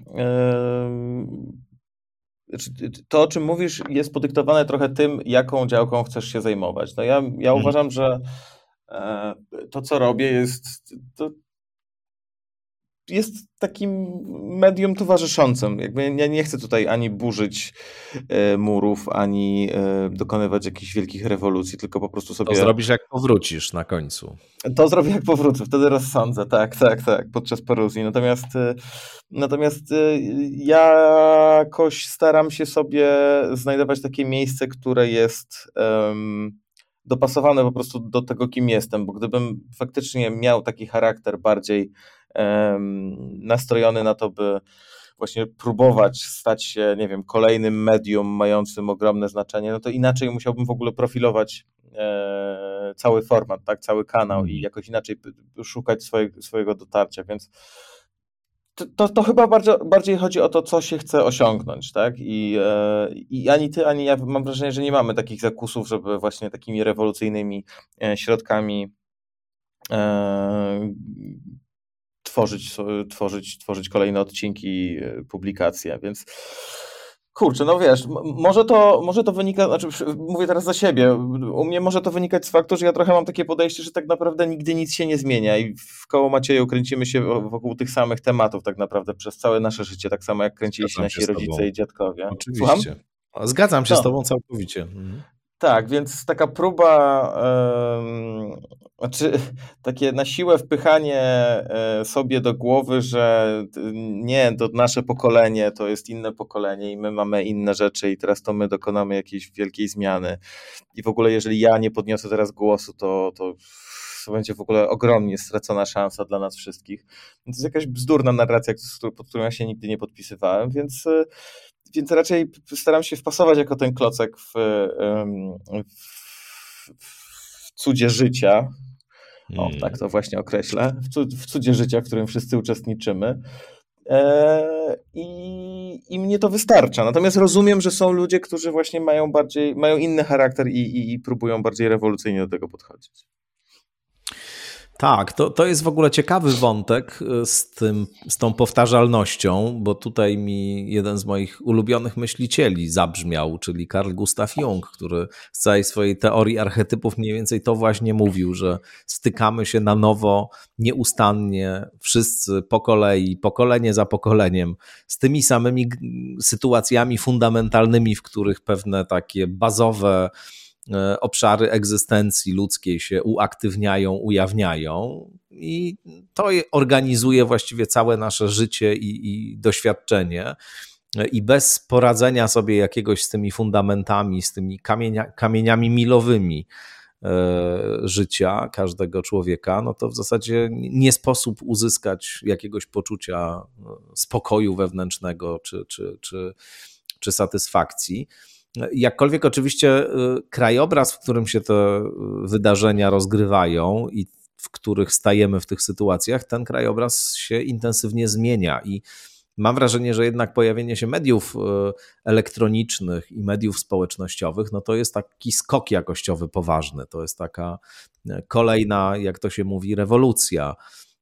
Yy... To, o czym mówisz, jest podyktowane trochę tym, jaką działką chcesz się zajmować. No ja, ja hmm. uważam, że to, co robię, jest... To, jest takim medium towarzyszącym. Jakby ja nie chcę tutaj ani burzyć e, murów, ani e, dokonywać jakichś wielkich rewolucji, tylko po prostu sobie... To zrobisz, jak powrócisz na końcu. To zrobię, jak powrócę. Wtedy rozsądzę. Tak, tak, tak. Podczas paruzji. Natomiast, e, natomiast e, jakoś staram się sobie znajdować takie miejsce, które jest... Um, dopasowane po prostu do tego, kim jestem, bo gdybym faktycznie miał taki charakter bardziej nastrojony na to, by właśnie próbować stać się, nie wiem, kolejnym medium mającym ogromne znaczenie, no to inaczej musiałbym w ogóle profilować e, cały format, tak, cały kanał i jakoś inaczej szukać swojego, swojego dotarcia, więc to, to, to chyba bardziej, bardziej chodzi o to, co się chce osiągnąć, tak, i, e, i ani ty, ani ja mam wrażenie, że nie mamy takich zakusów, żeby właśnie takimi rewolucyjnymi e, środkami e, Tworzyć, tworzyć, tworzyć kolejne odcinki, publikacje, więc kurczę, no wiesz, może to, może to wynika, znaczy mówię teraz za siebie, u mnie może to wynikać z faktu, że ja trochę mam takie podejście, że tak naprawdę nigdy nic się nie zmienia i w koło Macieju kręcimy się wokół tych samych tematów tak naprawdę przez całe nasze życie, tak samo jak kręcili się nasi rodzice i dziadkowie. Oczywiście. Słucham? Zgadzam się no. z tobą całkowicie. Mhm. Tak, więc taka próba, um, znaczy takie na siłę wpychanie e, sobie do głowy, że nie, to nasze pokolenie to jest inne pokolenie i my mamy inne rzeczy i teraz to my dokonamy jakiejś wielkiej zmiany. I w ogóle jeżeli ja nie podniosę teraz głosu, to, to, to będzie w ogóle ogromnie stracona szansa dla nas wszystkich. To jest jakaś bzdurna narracja, pod którą ja się nigdy nie podpisywałem, więc... Więc raczej staram się wpasować jako ten klocek w, w, w cudzie życia. O, tak to właśnie określę. W, cud, w cudzie życia, w którym wszyscy uczestniczymy. E, i, I mnie to wystarcza. Natomiast rozumiem, że są ludzie, którzy właśnie mają bardziej, mają inny charakter i, i, i próbują bardziej rewolucyjnie do tego podchodzić. Tak, to, to jest w ogóle ciekawy wątek z, tym, z tą powtarzalnością, bo tutaj mi jeden z moich ulubionych myślicieli zabrzmiał, czyli Carl Gustav Jung, który z całej swojej teorii archetypów mniej więcej to właśnie mówił, że stykamy się na nowo, nieustannie, wszyscy po kolei, pokolenie za pokoleniem, z tymi samymi sytuacjami fundamentalnymi, w których pewne takie bazowe obszary egzystencji ludzkiej się uaktywniają, ujawniają i to organizuje właściwie całe nasze życie i, i doświadczenie. I bez poradzenia sobie jakiegoś z tymi fundamentami, z tymi kamienia, kamieniami milowymi życia każdego człowieka, no to w zasadzie nie sposób uzyskać jakiegoś poczucia spokoju wewnętrznego czy, czy, czy, czy satysfakcji. Jakkolwiek oczywiście krajobraz, w którym się te wydarzenia rozgrywają i w których stajemy w tych sytuacjach, ten krajobraz się intensywnie zmienia i mam wrażenie, że jednak pojawienie się mediów elektronicznych i mediów społecznościowych, no to jest taki skok jakościowy poważny, to jest taka kolejna, jak to się mówi, rewolucja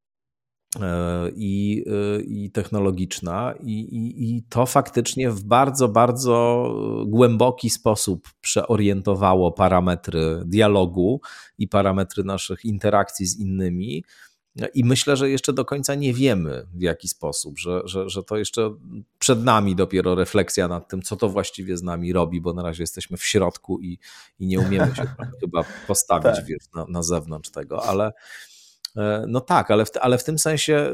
i, i technologiczna i, i, i to faktycznie w bardzo, bardzo głęboki sposób przeorientowało parametry dialogu i parametry naszych interakcji z innymi. I myślę, że jeszcze do końca nie wiemy w jaki sposób, że, że, że to jeszcze przed nami dopiero refleksja nad tym, co to właściwie z nami robi, bo na razie jesteśmy w środku i, i nie umiemy się chyba postawić tak. wiesz, na, na zewnątrz tego, ale no tak, ale w, ale w tym sensie,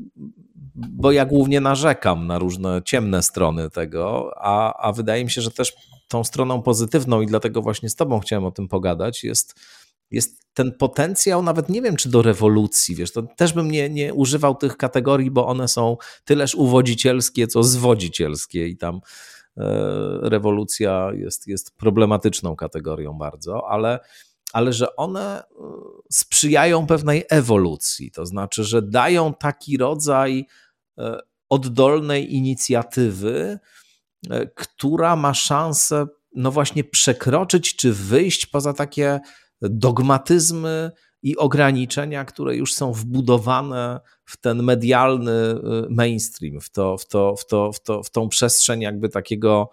bo ja głównie narzekam na różne ciemne strony tego, a, a wydaje mi się, że też tą stroną pozytywną i dlatego właśnie z tobą chciałem o tym pogadać, jest jest ten potencjał, nawet nie wiem, czy do rewolucji, wiesz, to też bym nie, nie używał tych kategorii, bo one są tyleż uwodzicielskie, co zwodzicielskie i tam e, rewolucja jest, jest problematyczną kategorią bardzo, ale, ale że one sprzyjają pewnej ewolucji, to znaczy, że dają taki rodzaj e, oddolnej inicjatywy, e, która ma szansę no właśnie przekroczyć czy wyjść poza takie dogmatyzmy i ograniczenia, które już są wbudowane w ten medialny mainstream, w, to, w, to, w, to, w, to, w tą przestrzeń jakby takiego,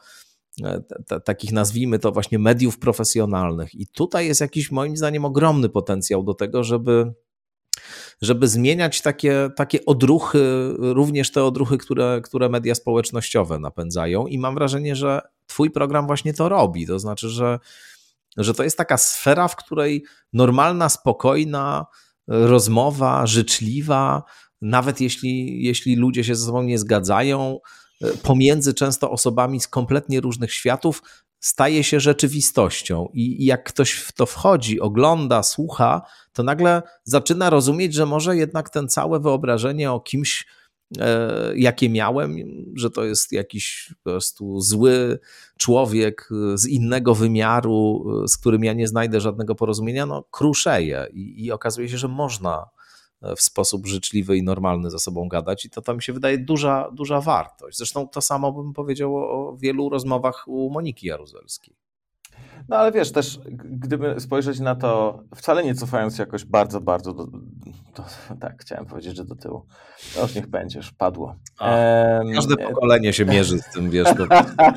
t- takich nazwijmy to właśnie mediów profesjonalnych. I tutaj jest jakiś moim zdaniem ogromny potencjał do tego, żeby żeby zmieniać takie, takie odruchy, również te odruchy, które, które media społecznościowe napędzają i mam wrażenie, że twój program właśnie to robi, to znaczy, że że to jest taka sfera, w której normalna, spokojna rozmowa, życzliwa, nawet jeśli, jeśli ludzie się ze sobą nie zgadzają, pomiędzy często osobami z kompletnie różnych światów, staje się rzeczywistością. I, i jak ktoś w to wchodzi, ogląda, słucha, to nagle zaczyna rozumieć, że może jednak ten całe wyobrażenie o kimś, jakie miałem, że to jest jakiś po prostu zły człowiek z innego wymiaru, z którym ja nie znajdę żadnego porozumienia, no kruszeje i, i okazuje się, że można w sposób życzliwy i normalny ze sobą gadać i to tam mi się wydaje duża, duża wartość. Zresztą to samo bym powiedział o wielu rozmowach u Moniki Jaruzelskiej. No ale wiesz, też gdyby spojrzeć na to, wcale nie cofając się jakoś bardzo, bardzo do, do, tak, chciałem powiedzieć, że do tyłu. No już niech będzie, już padło. A, ehm, każde pokolenie się mierzy z tym, wiesz. To...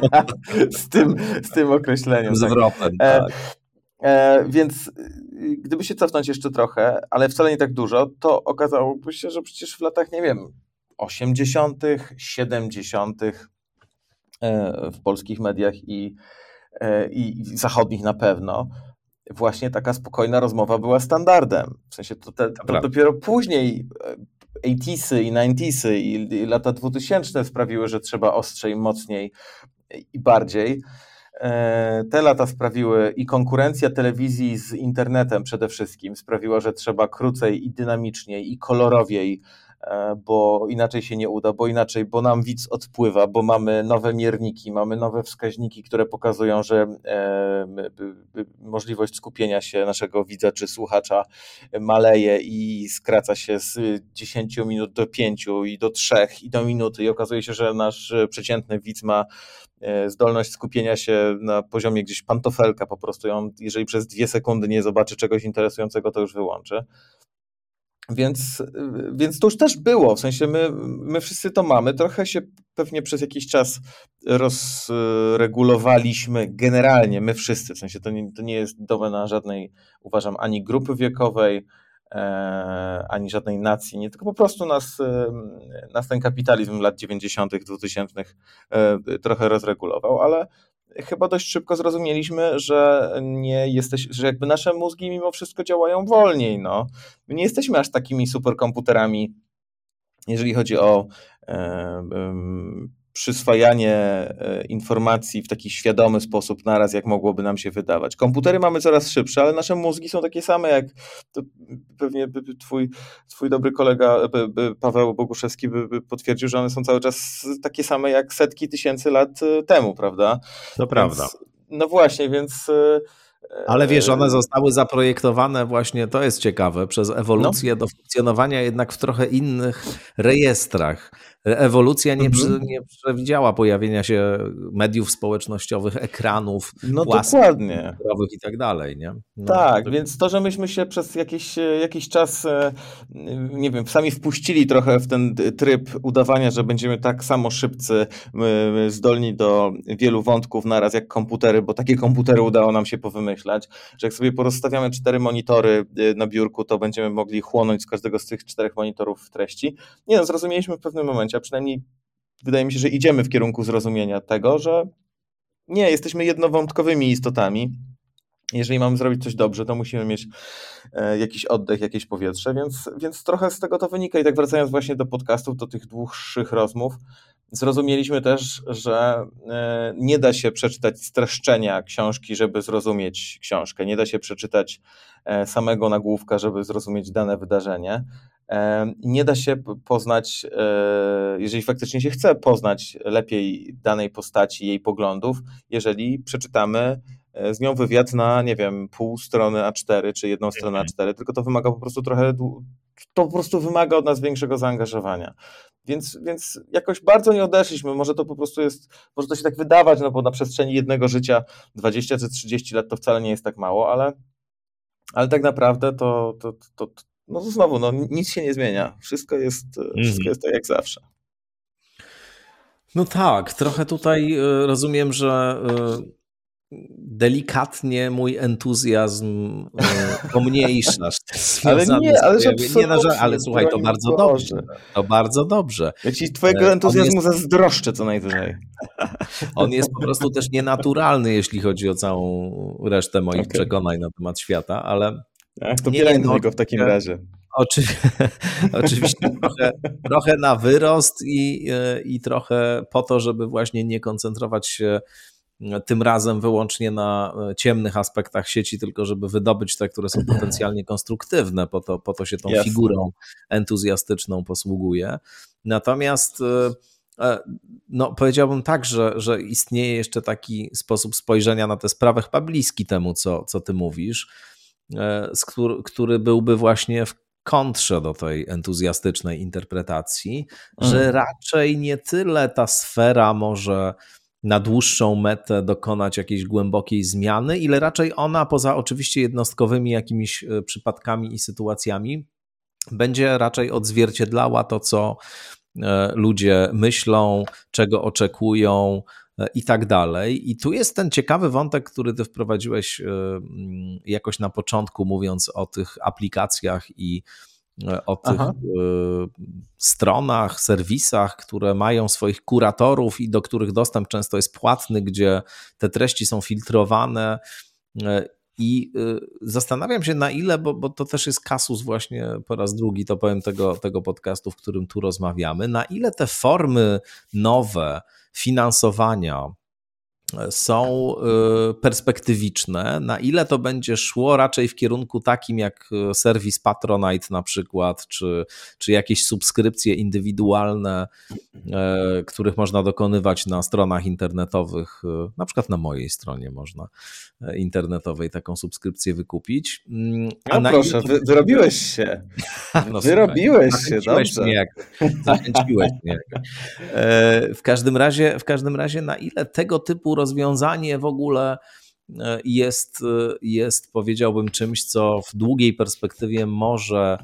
z, tym, z tym określeniem. Z zwrotem, tak. tak. E, e, więc gdyby się cofnąć jeszcze trochę, ale wcale nie tak dużo, to okazałoby się, że przecież w latach, nie wiem, osiemdziesiątych, siedemdziesiątych e, w polskich mediach i i zachodnich na pewno, właśnie taka spokojna rozmowa była standardem. W sensie to, te, to dopiero później osiemdziesiąte i dziewięćdziesiąte i, i lata dwutysięczne sprawiły, że trzeba ostrzej, mocniej i bardziej. Te lata sprawiły i konkurencja telewizji z internetem przede wszystkim sprawiła, że trzeba krócej i dynamiczniej i kolorowiej, bo inaczej się nie uda, bo inaczej, bo nam widz odpływa, bo mamy nowe mierniki, mamy nowe wskaźniki, które pokazują, że e, możliwość skupienia się naszego widza czy słuchacza maleje i skraca się z dziesięciu minut do pięciu i do trzech i do minuty i okazuje się, że nasz przeciętny widz ma zdolność skupienia się na poziomie gdzieś pantofelka, po prostu ją, jeżeli przez dwie sekundy nie zobaczy czegoś interesującego, to już wyłączy. Więc, więc to już też było, w sensie my, my wszyscy to mamy, trochę się pewnie przez jakiś czas rozregulowaliśmy generalnie, my wszyscy, w sensie to nie, to nie jest domena żadnej, uważam, ani grupy wiekowej, e, ani żadnej nacji, nie, tylko po prostu nas, nas ten kapitalizm lat dziewięćdziesiątych, dwutysięcznych e, trochę rozregulował, ale chyba dość szybko zrozumieliśmy, że nie jesteś, że jakby nasze mózgi mimo wszystko działają wolniej, no. My nie jesteśmy aż takimi superkomputerami, jeżeli chodzi o e, e, przyswajanie e, informacji w taki świadomy sposób naraz, jak mogłoby nam się wydawać. Komputery mamy coraz szybsze, ale nasze mózgi są takie same jak, to pewnie twój, twój dobry kolega by, by Paweł Boguszewski by, by potwierdził, że one są cały czas takie same jak setki tysięcy lat temu, prawda? To więc, prawda. No właśnie, więc... Ale wiesz, one zostały zaprojektowane właśnie, to jest ciekawe, przez ewolucję no. do funkcjonowania jednak w trochę innych rejestrach. Ewolucja nie, przy, nie przewidziała pojawienia się mediów społecznościowych, ekranów, no dokładnie i tak dalej, nie? No, tak, to... więc to, że myśmy się przez jakiś, jakiś czas, nie wiem, sami wpuścili trochę w ten tryb udawania, że będziemy tak samo szybcy, zdolni do wielu wątków naraz jak komputery, bo takie komputery udało nam się powymyślać, że jak sobie porozstawiamy cztery monitory na biurku, to będziemy mogli chłonąć z każdego z tych czterech monitorów treści. Nie no, zrozumieliśmy w pewnym momencie, a przynajmniej wydaje mi się, że idziemy w kierunku zrozumienia tego, że nie, jesteśmy jednowątkowymi istotami. Jeżeli mamy zrobić coś dobrze, to musimy mieć jakiś oddech, jakieś powietrze, więc, więc trochę z tego to wynika. I tak wracając właśnie do podcastów, do tych dłuższych rozmów, zrozumieliśmy też, że nie da się przeczytać streszczenia książki, żeby zrozumieć książkę. Nie da się przeczytać samego nagłówka, żeby zrozumieć dane wydarzenie. Nie da się poznać, jeżeli faktycznie się chce poznać lepiej danej postaci, jej poglądów, jeżeli przeczytamy z nią wywiad na, nie wiem, pół strony A cztery czy jedną stronę A cztery, tylko to wymaga po prostu trochę, to po prostu wymaga od nas większego zaangażowania. Więc, więc jakoś bardzo nie odeszliśmy, może to po prostu jest, może to się tak wydawać, no bo na przestrzeni jednego życia dwadzieścia czy trzydzieści lat to wcale nie jest tak mało, ale, ale tak naprawdę to, to, to, to no to znowu, no nic się nie zmienia, wszystko jest, mm. wszystko jest tak jak zawsze. No tak, trochę tutaj rozumiem, że delikatnie mój entuzjazm pomniejszasz. Ale nie, ale że nie, no, że, ale słuchaj, to bardzo Boże. dobrze. To bardzo dobrze. Ja ci twojego entuzjazmu jest... zazdroszczę co najwyżej. On jest po prostu też nienaturalny, jeśli chodzi o całą resztę moich okay. przekonań na temat świata, ale... Ach, to pielęgnuj go w takim razie. Oczywiście, oczywiście trochę, trochę na wyrost i, i trochę po to, żeby właśnie nie koncentrować się tym razem wyłącznie na ciemnych aspektach sieci, tylko żeby wydobyć te, które są potencjalnie konstruktywne, po to, po to się tą Jasne. figurą entuzjastyczną posługuje. Natomiast no, powiedziałbym tak, że, że istnieje jeszcze taki sposób spojrzenia na tę sprawę chyba bliski temu, co, co ty mówisz, który, który byłby właśnie w kontrze do tej entuzjastycznej interpretacji, mm. że raczej nie tyle ta sfera może na dłuższą metę dokonać jakiejś głębokiej zmiany, ile raczej ona poza oczywiście jednostkowymi jakimiś przypadkami i sytuacjami będzie raczej odzwierciedlała to, co ludzie myślą, czego oczekują i tak dalej. I tu jest ten ciekawy wątek, który ty wprowadziłeś jakoś na początku, mówiąc o tych aplikacjach i o tych Aha. stronach, serwisach, które mają swoich kuratorów i do których dostęp często jest płatny, gdzie te treści są filtrowane. I zastanawiam się, na ile, bo, bo to też jest kasus właśnie po raz drugi, to powiem, tego, tego podcastu, w którym tu rozmawiamy, na ile te formy nowe finansowania są perspektywiczne, na ile to będzie szło raczej w kierunku takim jak serwis Patronite na przykład, czy, czy jakieś subskrypcje indywidualne, których można dokonywać na stronach internetowych, na przykład na mojej stronie można internetowej taką subskrypcję wykupić. A no proszę, to... wy, wyrobiłeś się. No, wyrobiłeś się, dobrze. Mnie, zachęciłeś mnie. W każdym razie, w każdym razie na ile tego typu rozwiązanie w ogóle jest, jest, powiedziałbym, czymś, co w długiej perspektywie może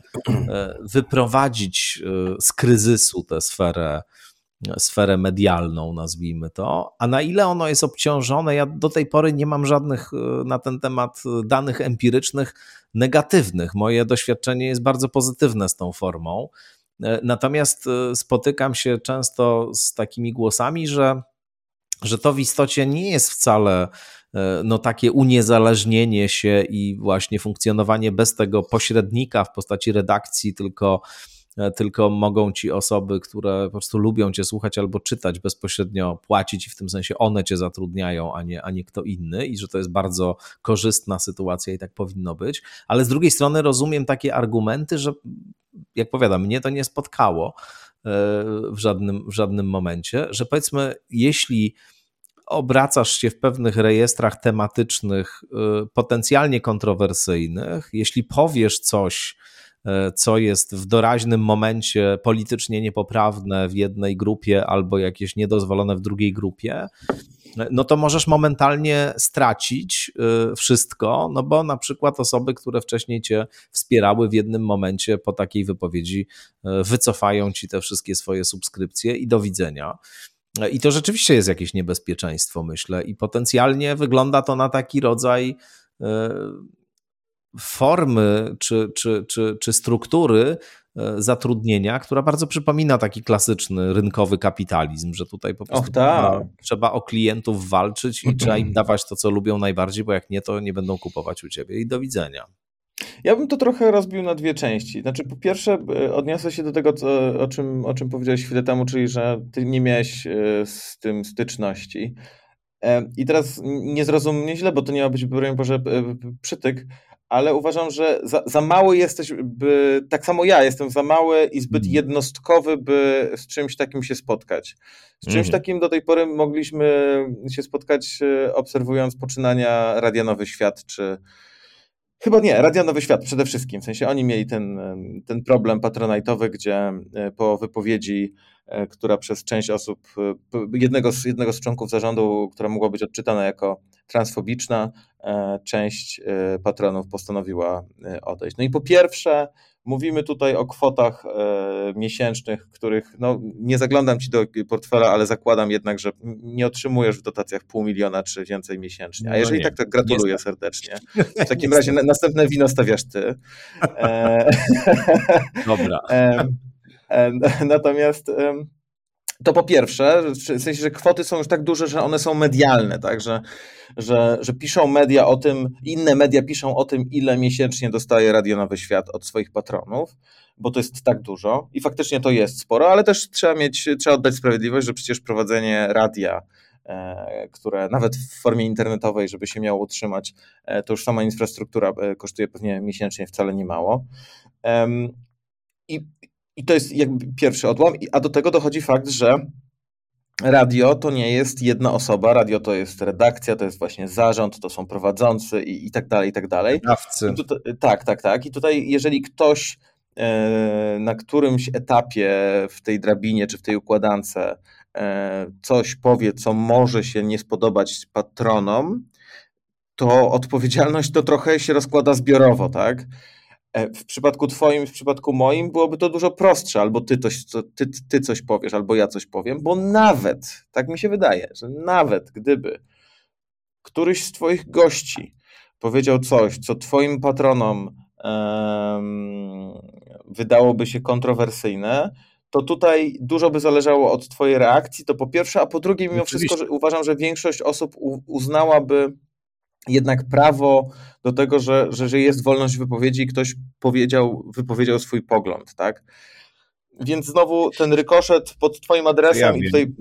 wyprowadzić z kryzysu tę sferę, sferę medialną, nazwijmy to, a na ile ono jest obciążone, ja do tej pory nie mam żadnych na ten temat danych empirycznych negatywnych. Moje doświadczenie jest bardzo pozytywne z tą formą, natomiast spotykam się często z takimi głosami, że że to w istocie nie jest wcale no, takie uniezależnienie się i właśnie funkcjonowanie bez tego pośrednika w postaci redakcji, tylko, tylko mogą ci osoby, które po prostu lubią cię słuchać albo czytać, bezpośrednio płacić i w tym sensie one cię zatrudniają, a nie, a nie kto inny i że to jest bardzo korzystna sytuacja i tak powinno być. Ale z drugiej strony rozumiem takie argumenty, że jak powiadam, mnie to nie spotkało w żadnym, w żadnym momencie, że powiedzmy, jeśli obracasz się w pewnych rejestrach tematycznych potencjalnie kontrowersyjnych, jeśli powiesz coś, co jest w doraźnym momencie politycznie niepoprawne w jednej grupie albo jakieś niedozwolone w drugiej grupie, no to możesz momentalnie stracić wszystko, no bo na przykład osoby, które wcześniej cię wspierały w jednym momencie po takiej wypowiedzi wycofają ci te wszystkie swoje subskrypcje i do widzenia. I to rzeczywiście jest jakieś niebezpieczeństwo, myślę, i potencjalnie wygląda to na taki rodzaj formy czy, czy, czy, czy struktury zatrudnienia, która bardzo przypomina taki klasyczny rynkowy kapitalizm, że tutaj po prostu Och, tak. trzeba, trzeba o klientów walczyć i trzeba im dawać to, co lubią najbardziej, bo jak nie, to nie będą kupować u ciebie i do widzenia. Ja bym to trochę rozbił na dwie części. Znaczy, po pierwsze, odniosę się do tego, co, o, czym, o czym powiedziałeś chwilę temu, czyli że ty nie miałeś z tym styczności. I teraz nie zrozum mnie źle, bo to nie ma być, broń Boże, przytyk, ale uważam, że za, za mały jesteś, by, tak samo ja jestem za mały i zbyt mm. jednostkowy, by z czymś takim się spotkać. Z czymś mm. takim do tej pory mogliśmy się spotkać, obserwując poczynania Radia Nowy Świat, czy chyba nie, Radia Nowy Świat przede wszystkim, w sensie oni mieli ten, ten problem patronajtowy, gdzie po wypowiedzi, która przez część osób, jednego z, jednego z członków zarządu, która mogła być odczytana jako transfobiczna, część patronów postanowiła odejść. No i po pierwsze, mówimy tutaj o kwotach miesięcznych, których, no nie zaglądam ci do portfela, ale zakładam jednak, że nie otrzymujesz w dotacjach pół miliona czy więcej miesięcznie. A jeżeli no tak, to gratuluję Niestety. serdecznie. W takim razie na, następne wino stawiasz ty. Dobra. Natomiast to po pierwsze, w sensie, że kwoty są już tak duże, że one są medialne, tak, że, że, że piszą media o tym, inne media piszą o tym, ile miesięcznie dostaje Radio Nowy Świat od swoich patronów, bo to jest tak dużo i faktycznie to jest sporo, ale też trzeba mieć, trzeba oddać sprawiedliwość, że przecież prowadzenie radia, e, które nawet w formie internetowej, żeby się miało utrzymać, e, to już sama infrastruktura kosztuje pewnie miesięcznie wcale nie mało. E, i I to jest jakby pierwszy odłam, a do tego dochodzi fakt, że radio to nie jest jedna osoba, radio to jest redakcja, to jest właśnie zarząd, to są prowadzący i, i tak dalej, i tak dalej. Wydawcy. I tutaj, tak, tak, tak. I tutaj jeżeli ktoś e, na którymś etapie w tej drabinie czy w tej układance e, coś powie, co może się nie spodobać patronom, to odpowiedzialność to trochę się rozkłada zbiorowo, tak? W przypadku twoim, w przypadku moim byłoby to dużo prostsze, albo ty coś, ty, ty coś powiesz, albo ja coś powiem, bo nawet, tak mi się wydaje, że nawet gdyby któryś z twoich gości powiedział coś, co twoim patronom um, wydałoby się kontrowersyjne, to tutaj dużo by zależało od twojej reakcji, to po pierwsze, a po drugie mimo Oczywiście. wszystko że uważam, że większość osób uznałaby jednak prawo do tego, że, że, że jest wolność wypowiedzi i ktoś powiedział, wypowiedział swój pogląd, tak? Więc znowu ten rykoszet pod twoim adresem ja i tutaj...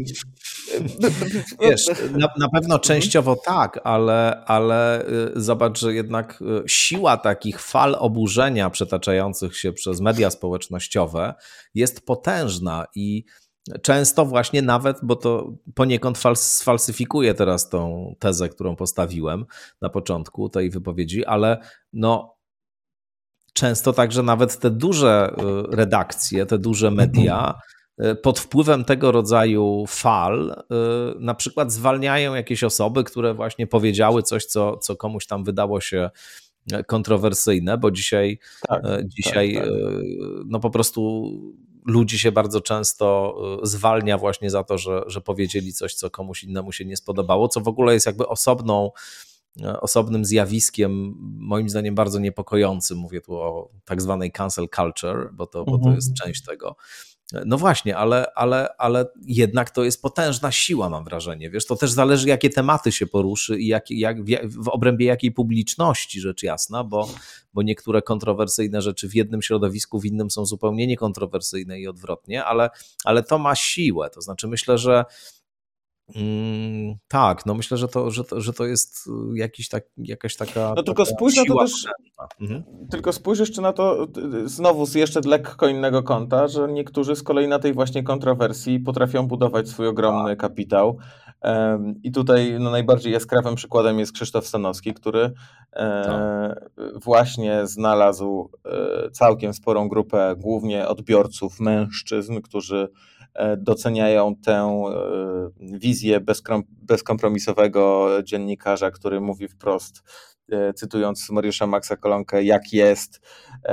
Wiesz, na, na pewno częściowo tak, ale, ale zobacz, że jednak siła takich fal oburzenia przetaczających się przez media społecznościowe jest potężna i często właśnie nawet, bo to poniekąd sfalsyfikuję teraz tą tezę, którą postawiłem na początku tej wypowiedzi, ale no często także nawet te duże redakcje, te duże media pod wpływem tego rodzaju fal na przykład zwalniają jakieś osoby, które właśnie powiedziały coś, co, co komuś tam wydało się kontrowersyjne, bo dzisiaj, tak, dzisiaj tak, tak. no po prostu ludzi się bardzo często zwalnia właśnie za to, że, że powiedzieli coś, co komuś innemu się nie spodobało, co w ogóle jest jakby osobną, osobnym zjawiskiem, moim zdaniem bardzo niepokojącym. Mówię tu o tak zwanej cancel culture, bo to, mhm. bo to jest część tego. No właśnie, ale, ale, ale jednak to jest potężna siła, mam wrażenie. Wiesz, to też zależy, jakie tematy się poruszy i jak, jak, w obrębie jakiej publiczności, rzecz jasna, bo, bo niektóre kontrowersyjne rzeczy w jednym środowisku, w innym są zupełnie niekontrowersyjne i odwrotnie, ale, ale to ma siłę. To znaczy myślę, że Mm, tak, no myślę, że to, że to, że to jest jakiś tak, jakaś taka. No tylko taka spójrz na to siła też. Mhm. Tylko spójrz jeszcze na to znowu z jeszcze lekko innego kąta, że niektórzy z kolei na tej właśnie kontrowersji potrafią budować swój ogromny kapitał. I tutaj no, najbardziej jaskrawym przykładem jest Krzysztof Stanowski, który tak. właśnie znalazł całkiem sporą grupę głównie odbiorców, mężczyzn, którzy doceniają tę wizję bezkompromisowego dziennikarza, który mówi wprost, cytując Mariusza Maxa Kolonkę, jak jest,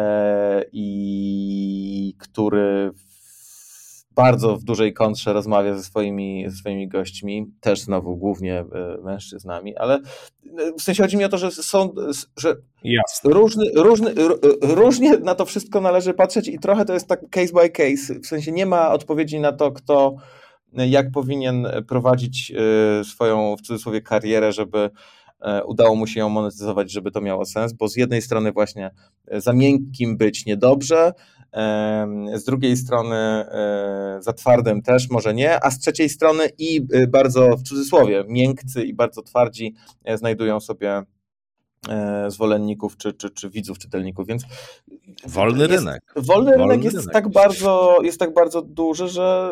i który bardzo w dużej kontrze rozmawia ze swoimi, ze swoimi gośćmi, też znowu głównie mężczyznami, ale w sensie chodzi mi o to, że są, że różny, różny, różnie na to wszystko należy patrzeć i trochę to jest tak case by case, w sensie nie ma odpowiedzi na to, kto jak powinien prowadzić swoją, w cudzysłowie, karierę, żeby udało mu się ją monetyzować, żeby to miało sens, bo z jednej strony właśnie za miękkim być niedobrze, z drugiej strony za twardym też może nie, a z trzeciej strony i bardzo w cudzysłowie miękcy i bardzo twardzi znajdują sobie zwolenników czy, czy, czy widzów, czytelników, więc wolny jest, rynek. Wolny, wolny rynek jest rynek. tak bardzo jest tak bardzo duży, że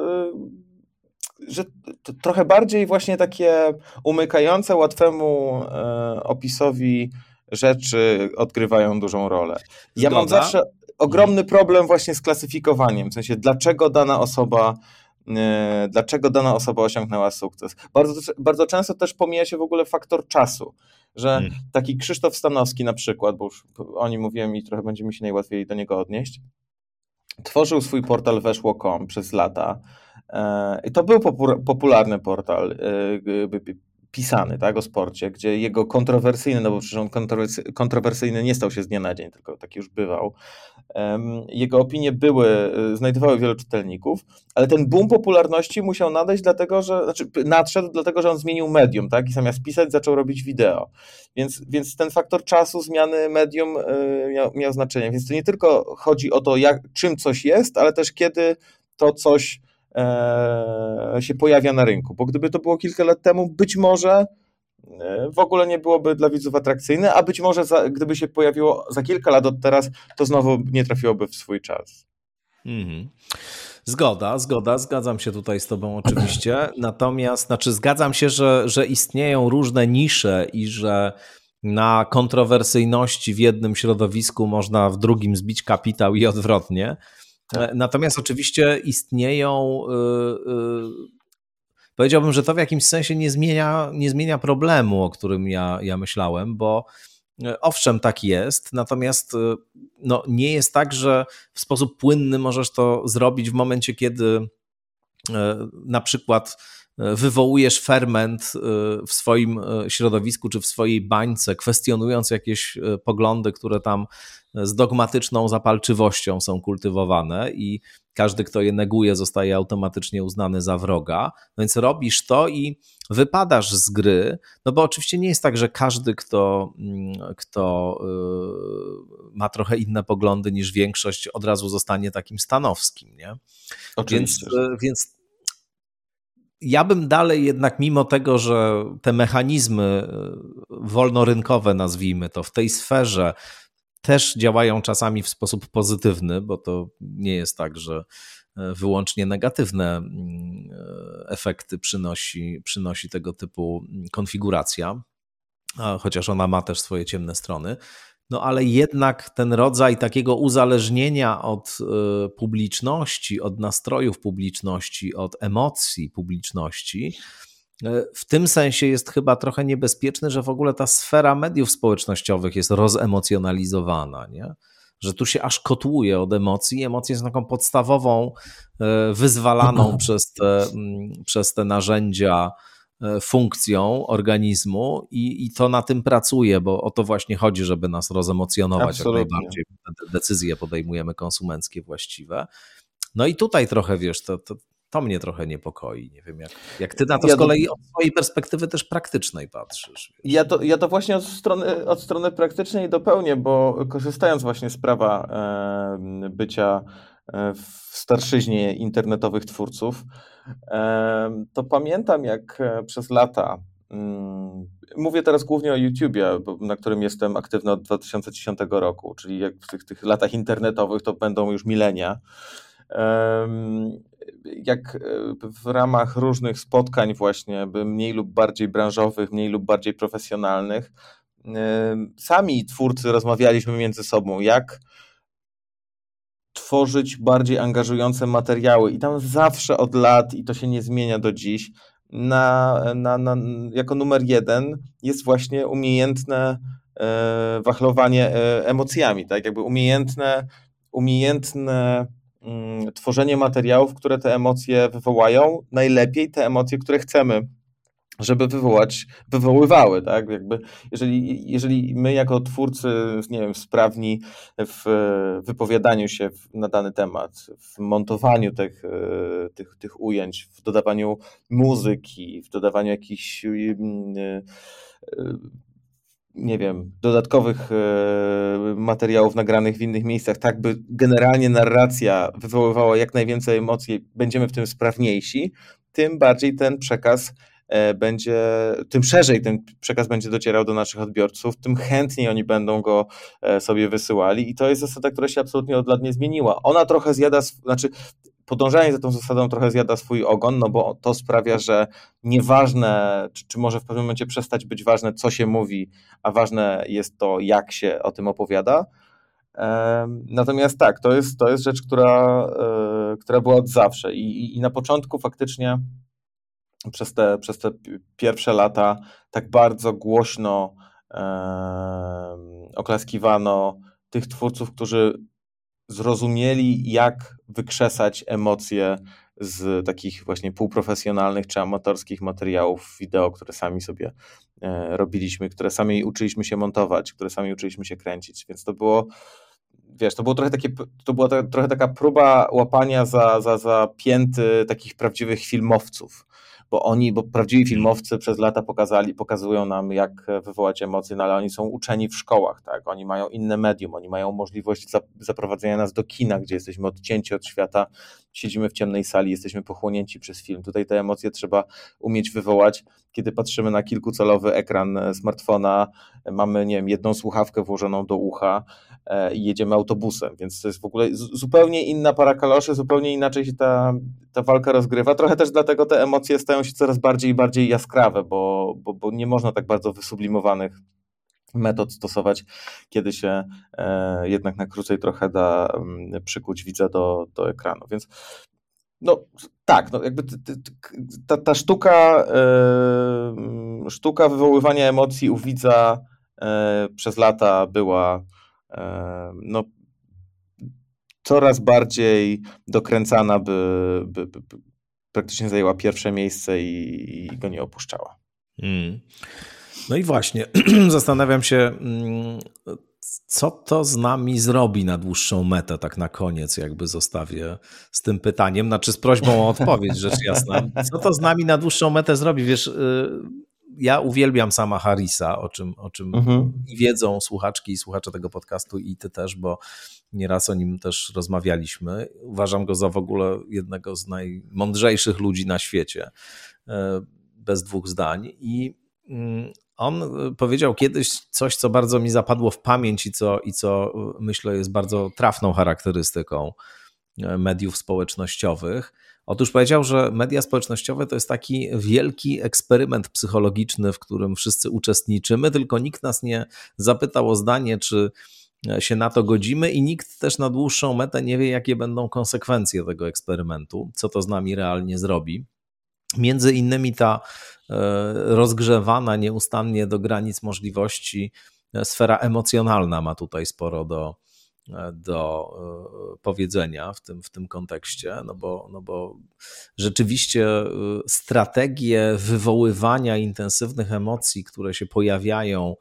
że trochę bardziej właśnie takie umykające łatwemu e, opisowi rzeczy odgrywają dużą rolę. Ja Zgoda. mam zawsze ogromny problem właśnie z klasyfikowaniem, w sensie dlaczego dana osoba e, dlaczego dana osoba osiągnęła sukces. Bardzo, bardzo często też pomija się w ogóle faktor czasu, że hmm. taki Krzysztof Stanowski na przykład, bo już o nim mówiłem i trochę będzie mi się najłatwiej do niego odnieść, tworzył swój portal weszło kropka com przez lata. I to był popularny portal pisany, tak, o sporcie, gdzie jego kontrowersyjny, no bo przecież on kontrowersyjny nie stał się z dnia na dzień, tylko taki już bywał. Jego opinie były, znajdowały wielu czytelników, ale ten boom popularności musiał nadejść dlatego, że, znaczy nadszedł dlatego, że on zmienił medium, tak, i zamiast pisać zaczął robić wideo. Więc, więc ten faktor czasu zmiany medium miał, miał znaczenie. Więc to nie tylko chodzi o to, jak, czym coś jest, ale też kiedy to coś się pojawia na rynku, bo gdyby to było kilka lat temu, być może w ogóle nie byłoby dla widzów atrakcyjne, a być może za, gdyby się pojawiło za kilka lat od teraz, to znowu nie trafiłoby w swój czas. Mhm. Zgoda, zgoda, zgadzam się tutaj z tobą oczywiście, natomiast znaczy zgadzam się, że, że istnieją różne nisze i że na kontrowersyjności w jednym środowisku można w drugim zbić kapitał i odwrotnie. Natomiast oczywiście istnieją, yy, yy, powiedziałbym, że to w jakimś sensie nie zmienia, nie zmienia problemu, o którym ja, ja myślałem, bo owszem, tak jest, natomiast no, nie jest tak, że w sposób płynny możesz to zrobić w momencie, kiedy yy, na przykład wywołujesz ferment w swoim środowisku czy w swojej bańce, kwestionując jakieś poglądy, które tam z dogmatyczną zapalczywością są kultywowane i każdy, kto je neguje, zostaje automatycznie uznany za wroga. No więc robisz to i wypadasz z gry, no bo oczywiście nie jest tak, że każdy, kto, kto ma trochę inne poglądy niż większość, od razu zostanie takim Stanowskim, nie? Oczywiście. Więc, więc ja bym dalej jednak, mimo tego, że te mechanizmy wolnorynkowe, nazwijmy to, w tej sferze też działają czasami w sposób pozytywny, bo to nie jest tak, że wyłącznie negatywne efekty przynosi, przynosi tego typu konfiguracja, chociaż ona ma też swoje ciemne strony. No ale jednak ten rodzaj takiego uzależnienia od publiczności, od nastrojów publiczności, od emocji publiczności, w tym sensie jest chyba trochę niebezpieczny, że w ogóle ta sfera mediów społecznościowych jest rozemocjonalizowana, nie? Że tu się aż kotłuje od emocji. Emocje są taką podstawową, wyzwalaną przez te, przez te narzędzia funkcją organizmu i, i to na tym pracuje, bo o to właśnie chodzi, żeby nas rozemocjonować. Absolutnie. Jak najbardziej. Te decyzje podejmujemy konsumenckie właściwe. No i tutaj trochę, wiesz, to, to, to mnie trochę niepokoi. Nie wiem, jak, jak ty na to ja z kolei od swojej perspektywy też praktycznej patrzysz. Ja to, ja to właśnie od strony, od strony praktycznej dopełnię, bo korzystając właśnie z prawa e, bycia w starszyźnie internetowych twórców, e, to pamiętam, jak przez lata, mm, mówię teraz głównie o YouTubie, na którym jestem aktywny od dwa tysiące dziesiątego roku, czyli jak w tych, tych latach internetowych to będą już milenia. Jak w ramach różnych spotkań właśnie, mniej lub bardziej branżowych, mniej lub bardziej profesjonalnych, sami twórcy rozmawialiśmy między sobą, jak tworzyć bardziej angażujące materiały i tam zawsze od lat, i to się nie zmienia do dziś, na, na, na, jako numer jeden jest właśnie umiejętne e, wachlowanie e, emocjami, tak, jakby umiejętne, umiejętne mm, tworzenie materiałów, które te emocje wywołają, najlepiej te emocje, które chcemy, żeby wywołać, wywoływały, tak? Jakby jeżeli, jeżeli my jako twórcy, nie wiem, sprawni w wypowiadaniu się na dany temat, w montowaniu tych, tych, tych ujęć, w dodawaniu muzyki, w dodawaniu jakichś nie wiem, dodatkowych materiałów nagranych w innych miejscach, tak by generalnie narracja wywoływała jak najwięcej emocji, będziemy w tym sprawniejsi, tym bardziej ten przekaz będzie, tym szerzej ten przekaz będzie docierał do naszych odbiorców, tym chętniej oni będą go sobie wysyłali i to jest zasada, która się absolutnie od lat nie zmieniła. Ona trochę zjada, znaczy podążanie za tą zasadą trochę zjada swój ogon, no bo to sprawia, że nieważne, czy, czy może w pewnym momencie przestać być ważne, co się mówi, a ważne jest to, jak się o tym opowiada. Natomiast tak, to jest, to jest rzecz, która, która była od zawsze i, i na początku faktycznie przez te, przez te pierwsze lata tak bardzo głośno e, oklaskiwano tych twórców, którzy zrozumieli, jak wykrzesać emocje z takich właśnie półprofesjonalnych czy amatorskich materiałów wideo, które sami sobie e, robiliśmy, które sami uczyliśmy się montować, które sami uczyliśmy się kręcić, więc to było, wiesz, to było trochę takie, to była ta, trochę taka próba łapania za, za, za pięty takich prawdziwych filmowców, bo oni, bo prawdziwi filmowcy przez lata pokazali, pokazują nam, jak wywołać emocje, no ale oni są uczeni w szkołach, tak? Oni mają inne medium, oni mają możliwość zaprowadzenia nas do kina, gdzie jesteśmy odcięci od świata, siedzimy w ciemnej sali, jesteśmy pochłonięci przez film. Tutaj te emocje trzeba umieć wywołać, kiedy patrzymy na kilkucalowy ekran smartfona, mamy, nie wiem, jedną słuchawkę włożoną do ucha i jedziemy autobusem, więc to jest w ogóle zupełnie inna para kaloszy, zupełnie inaczej się ta, ta walka rozgrywa. Trochę też dlatego te emocje stają się coraz bardziej i bardziej jaskrawe, bo, bo, bo nie można tak bardzo wysublimowanych metod stosować, kiedy się e, jednak na krócej trochę da m, przykuć widza do, do ekranu, więc no tak, no jakby t, t, ta, ta sztuka e, sztuka wywoływania emocji u widza e, przez lata była e, no coraz bardziej dokręcana, by, by, by, by praktycznie zajęła pierwsze miejsce i, i go nie opuszczała. Hmm. No i właśnie, zastanawiam się, co to z nami zrobi na dłuższą metę, tak na koniec jakby zostawię z tym pytaniem, znaczy z prośbą o odpowiedź, rzecz jasna. Co to z nami na dłuższą metę zrobi? Wiesz, ja uwielbiam Sama Harrisa, o czym, o czym mhm. wiedzą słuchaczki i słuchacze tego podcastu i ty też, bo nieraz o nim też rozmawialiśmy. Uważam go za w ogóle jednego z najmądrzejszych ludzi na świecie, bez dwóch zdań. I on powiedział kiedyś coś, co bardzo mi zapadło w pamięć i co, i co myślę jest bardzo trafną charakterystyką mediów społecznościowych. Otóż powiedział, że media społecznościowe to jest taki wielki eksperyment psychologiczny, w którym wszyscy uczestniczymy, tylko nikt nas nie zapytał o zdanie, czy się na to godzimy i nikt też na dłuższą metę nie wie, jakie będą konsekwencje tego eksperymentu, co to z nami realnie zrobi. Między innymi ta rozgrzewana nieustannie do granic możliwości sfera emocjonalna ma tutaj sporo do, do powiedzenia w tym, w tym kontekście, no bo, no bo rzeczywiście strategie wywoływania intensywnych emocji, które się pojawiają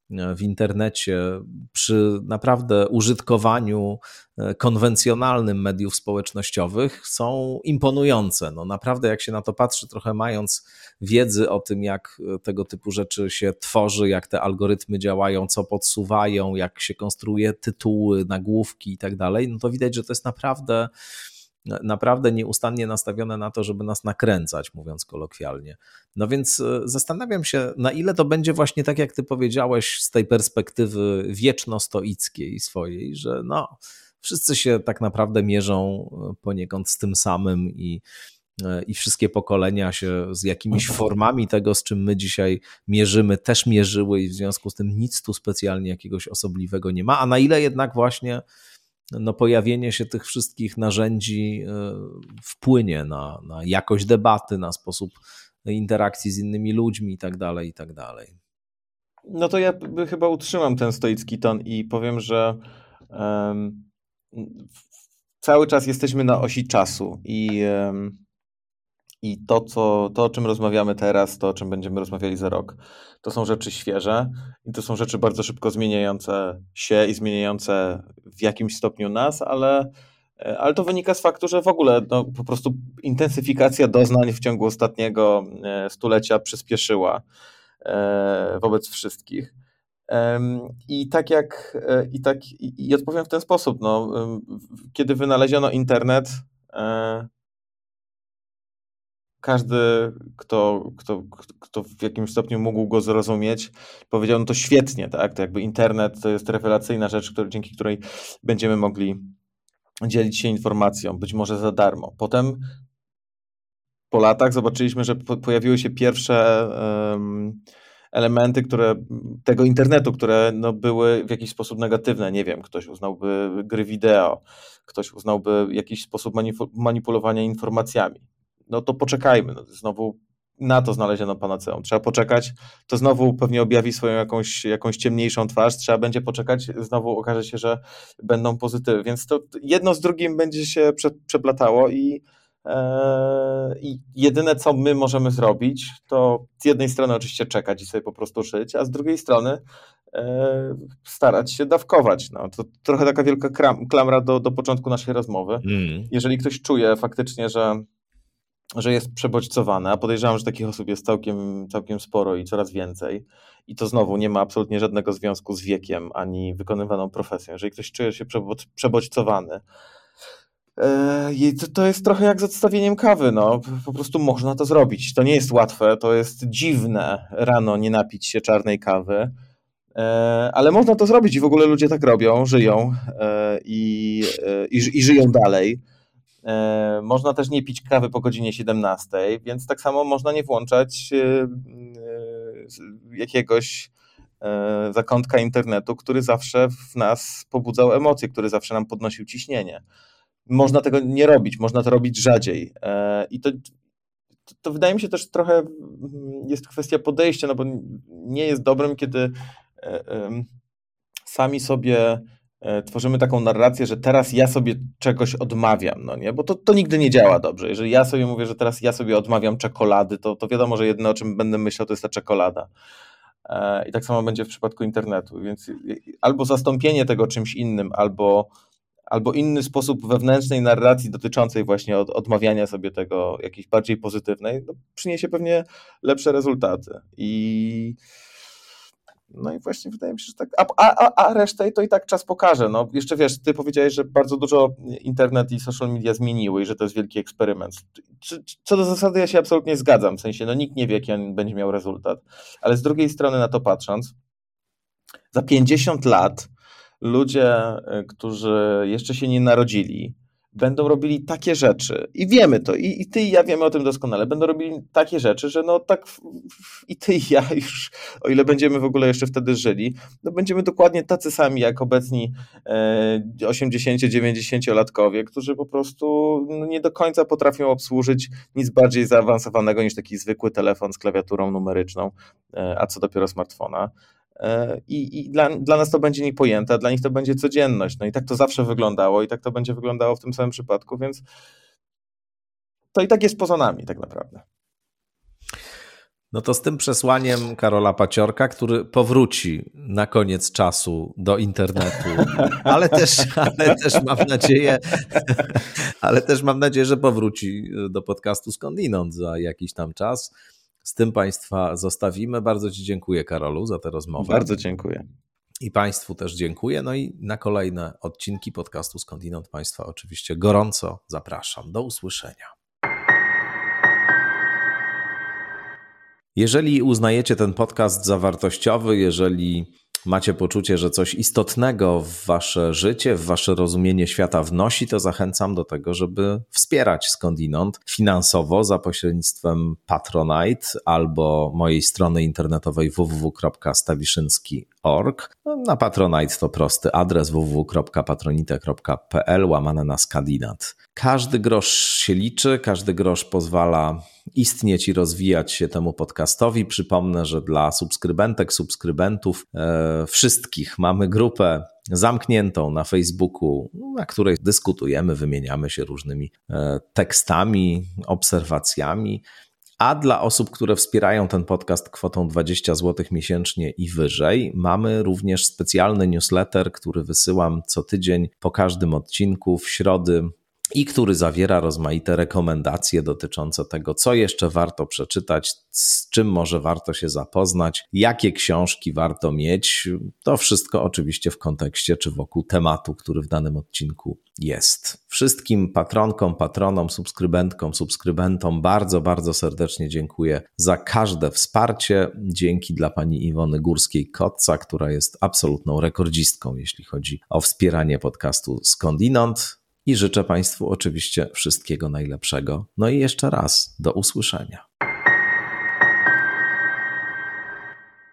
w internecie przy naprawdę użytkowaniu konwencjonalnym mediów społecznościowych są imponujące. No naprawdę jak się na to patrzy, trochę mając wiedzy o tym, jak tego typu rzeczy się tworzy, jak te algorytmy działają, co podsuwają, jak się konstruuje tytuły, nagłówki i tak dalej, no to widać, że to jest naprawdę naprawdę nieustannie nastawione na to, żeby nas nakręcać, mówiąc kolokwialnie. No więc zastanawiam się, na ile to będzie właśnie tak, jak ty powiedziałeś, z tej perspektywy wieczno-stoickiej swojej, że no, wszyscy się tak naprawdę mierzą poniekąd z tym samym i, i wszystkie pokolenia się z jakimiś formami tego, z czym my dzisiaj mierzymy, też mierzyły i w związku z tym nic tu specjalnie jakiegoś osobliwego nie ma, a na ile jednak właśnie no pojawienie się tych wszystkich narzędzi wpłynie na, na jakość debaty, na sposób interakcji z innymi ludźmi i tak dalej, i tak dalej. No to ja by chyba utrzymam ten stoicki ton i powiem, że um, cały czas jesteśmy na osi czasu i, um, i to, co, to, o czym rozmawiamy teraz, to, o czym będziemy rozmawiali za rok, to są rzeczy świeże i to są rzeczy bardzo szybko zmieniające się i zmieniające w jakimś stopniu nas, ale, ale to wynika z faktu, że w ogóle no, po prostu intensyfikacja doznań w ciągu ostatniego stulecia przyspieszyła wobec wszystkich. I tak jak i tak i odpowiem w ten sposób, no, kiedy wynaleziono internet, każdy, kto, kto, kto w jakimś stopniu mógł go zrozumieć, powiedział, no to świetnie, tak? To jakby internet to jest rewelacyjna rzecz, który, dzięki której będziemy mogli dzielić się informacją, być może za darmo. Potem po latach zobaczyliśmy, że po, pojawiły się pierwsze um, elementy, które, tego internetu, które no, były w jakiś sposób negatywne. Nie wiem, ktoś uznałby gry wideo, ktoś uznałby jakiś sposób manipulowania informacjami. No to poczekajmy. No, znowu na to znaleziono panaceum. Trzeba poczekać, to znowu pewnie objawi swoją jakąś, jakąś ciemniejszą twarz, trzeba będzie poczekać, znowu okaże się, że będą pozytywy. Więc to jedno z drugim będzie się prze, przeplatało i I jedyne, co my możemy zrobić, to z jednej strony oczywiście czekać i sobie po prostu żyć, a z drugiej strony starać się dawkować. No, to trochę taka wielka klamra do, do początku naszej rozmowy. Mm. Jeżeli ktoś czuje faktycznie, że, że jest przebodźcowany, a podejrzewam, że takich osób jest całkiem, całkiem sporo i coraz więcej, i to znowu nie ma absolutnie żadnego związku z wiekiem ani wykonywaną profesją. Jeżeli ktoś czuje się przebodźcowany, to jest trochę jak z odstawieniem kawy, no. Po prostu można to zrobić. To nie jest łatwe, to jest dziwne rano nie napić się czarnej kawy, ale można to zrobić i w ogóle ludzie tak robią, żyją i, i, i żyją dalej. Można też nie pić kawy po godzinie siedemnastej, więc tak samo można nie włączać jakiegoś zakątka internetu, który zawsze w nas pobudzał emocje, który zawsze nam podnosił ciśnienie. Można tego nie robić, można to robić rzadziej. I to, to, to wydaje mi się też trochę jest kwestia podejścia, no bo nie jest dobrym, kiedy sami sobie tworzymy taką narrację, że teraz ja sobie czegoś odmawiam, no nie? Bo to, to nigdy nie działa dobrze. Jeżeli ja sobie mówię, że teraz ja sobie odmawiam czekolady, to, to wiadomo, że jedyne, o czym będę myślał, to jest ta czekolada. I tak samo będzie w przypadku internetu, więc albo zastąpienie tego czymś innym, albo albo inny sposób wewnętrznej narracji dotyczącej właśnie od, odmawiania sobie tego jakiejś bardziej pozytywnej, no, przyniesie pewnie lepsze rezultaty. I no i właśnie wydaje mi się, że tak. A, a, a resztę to i tak czas pokaże. No, jeszcze wiesz, ty powiedziałeś, że bardzo dużo internet i social media zmieniły i że to jest wielki eksperyment. Co do zasady ja się absolutnie zgadzam, w sensie no nikt nie wie, jaki on będzie miał rezultat, ale z drugiej strony na to patrząc, za pięćdziesiąt lat ludzie, którzy jeszcze się nie narodzili, będą robili takie rzeczy i wiemy to, i, i ty i ja wiemy o tym doskonale, będą robili takie rzeczy, że no tak i ty i ja już, o ile będziemy w ogóle jeszcze wtedy żyli, no będziemy dokładnie tacy sami jak obecni osiemdziesięcio-dziewięćdziesięciolatkowie, którzy po prostu no, nie do końca potrafią obsłużyć nic bardziej zaawansowanego niż taki zwykły telefon z klawiaturą numeryczną, a co dopiero smartfona. I, i dla, dla nas to będzie niepojęte, a dla nich to będzie codzienność. No i tak to zawsze wyglądało i tak to będzie wyglądało w tym samym przypadku, więc to i tak jest poza nami tak naprawdę. No to z tym przesłaniem Karola Paciorka, który powróci na koniec czasu do internetu, ale też, ale też mam nadzieję, ale też mam nadzieję, że powróci do podcastu Skądinąd za jakiś tam czas. Z tym Państwa zostawimy. Bardzo Ci dziękuję, Karolu, za tę rozmowę. Bardzo dziękuję. I Państwu też dziękuję. No i na kolejne odcinki podcastu Skądinąd Państwa oczywiście gorąco zapraszam. Do usłyszenia. Jeżeli uznajecie ten podcast za wartościowy, jeżeli macie poczucie, że coś istotnego w wasze życie, w wasze rozumienie świata wnosi, to zachęcam do tego, żeby wspierać Skądinąd finansowo za pośrednictwem Patronite albo mojej strony internetowej w w w kropka stawiszynski kropka org. No, na Patronite to prosty adres w w w kropka patronite kropka p l łamane na Skandinat. Każdy grosz się liczy, każdy grosz pozwala istnieć i rozwijać się temu podcastowi. Przypomnę, że dla subskrybentek, subskrybentów e, wszystkich mamy grupę zamkniętą na Facebooku, na której dyskutujemy, wymieniamy się różnymi e, tekstami, obserwacjami. A dla osób, które wspierają ten podcast kwotą dwadzieścia złotych miesięcznie i wyżej, mamy również specjalny newsletter, który wysyłam co tydzień po każdym odcinku w środy i który zawiera rozmaite rekomendacje dotyczące tego, co jeszcze warto przeczytać, z czym może warto się zapoznać, jakie książki warto mieć. To wszystko oczywiście w kontekście czy wokół tematu, który w danym odcinku jest. Wszystkim patronkom, patronom, subskrybentkom, subskrybentom bardzo, bardzo serdecznie dziękuję za każde wsparcie. Dzięki dla pani Iwony Górskiej-Kotca, która jest absolutną rekordzistką, jeśli chodzi o wspieranie podcastu Skądinąd. I życzę Państwu oczywiście wszystkiego najlepszego. No i jeszcze raz do usłyszenia.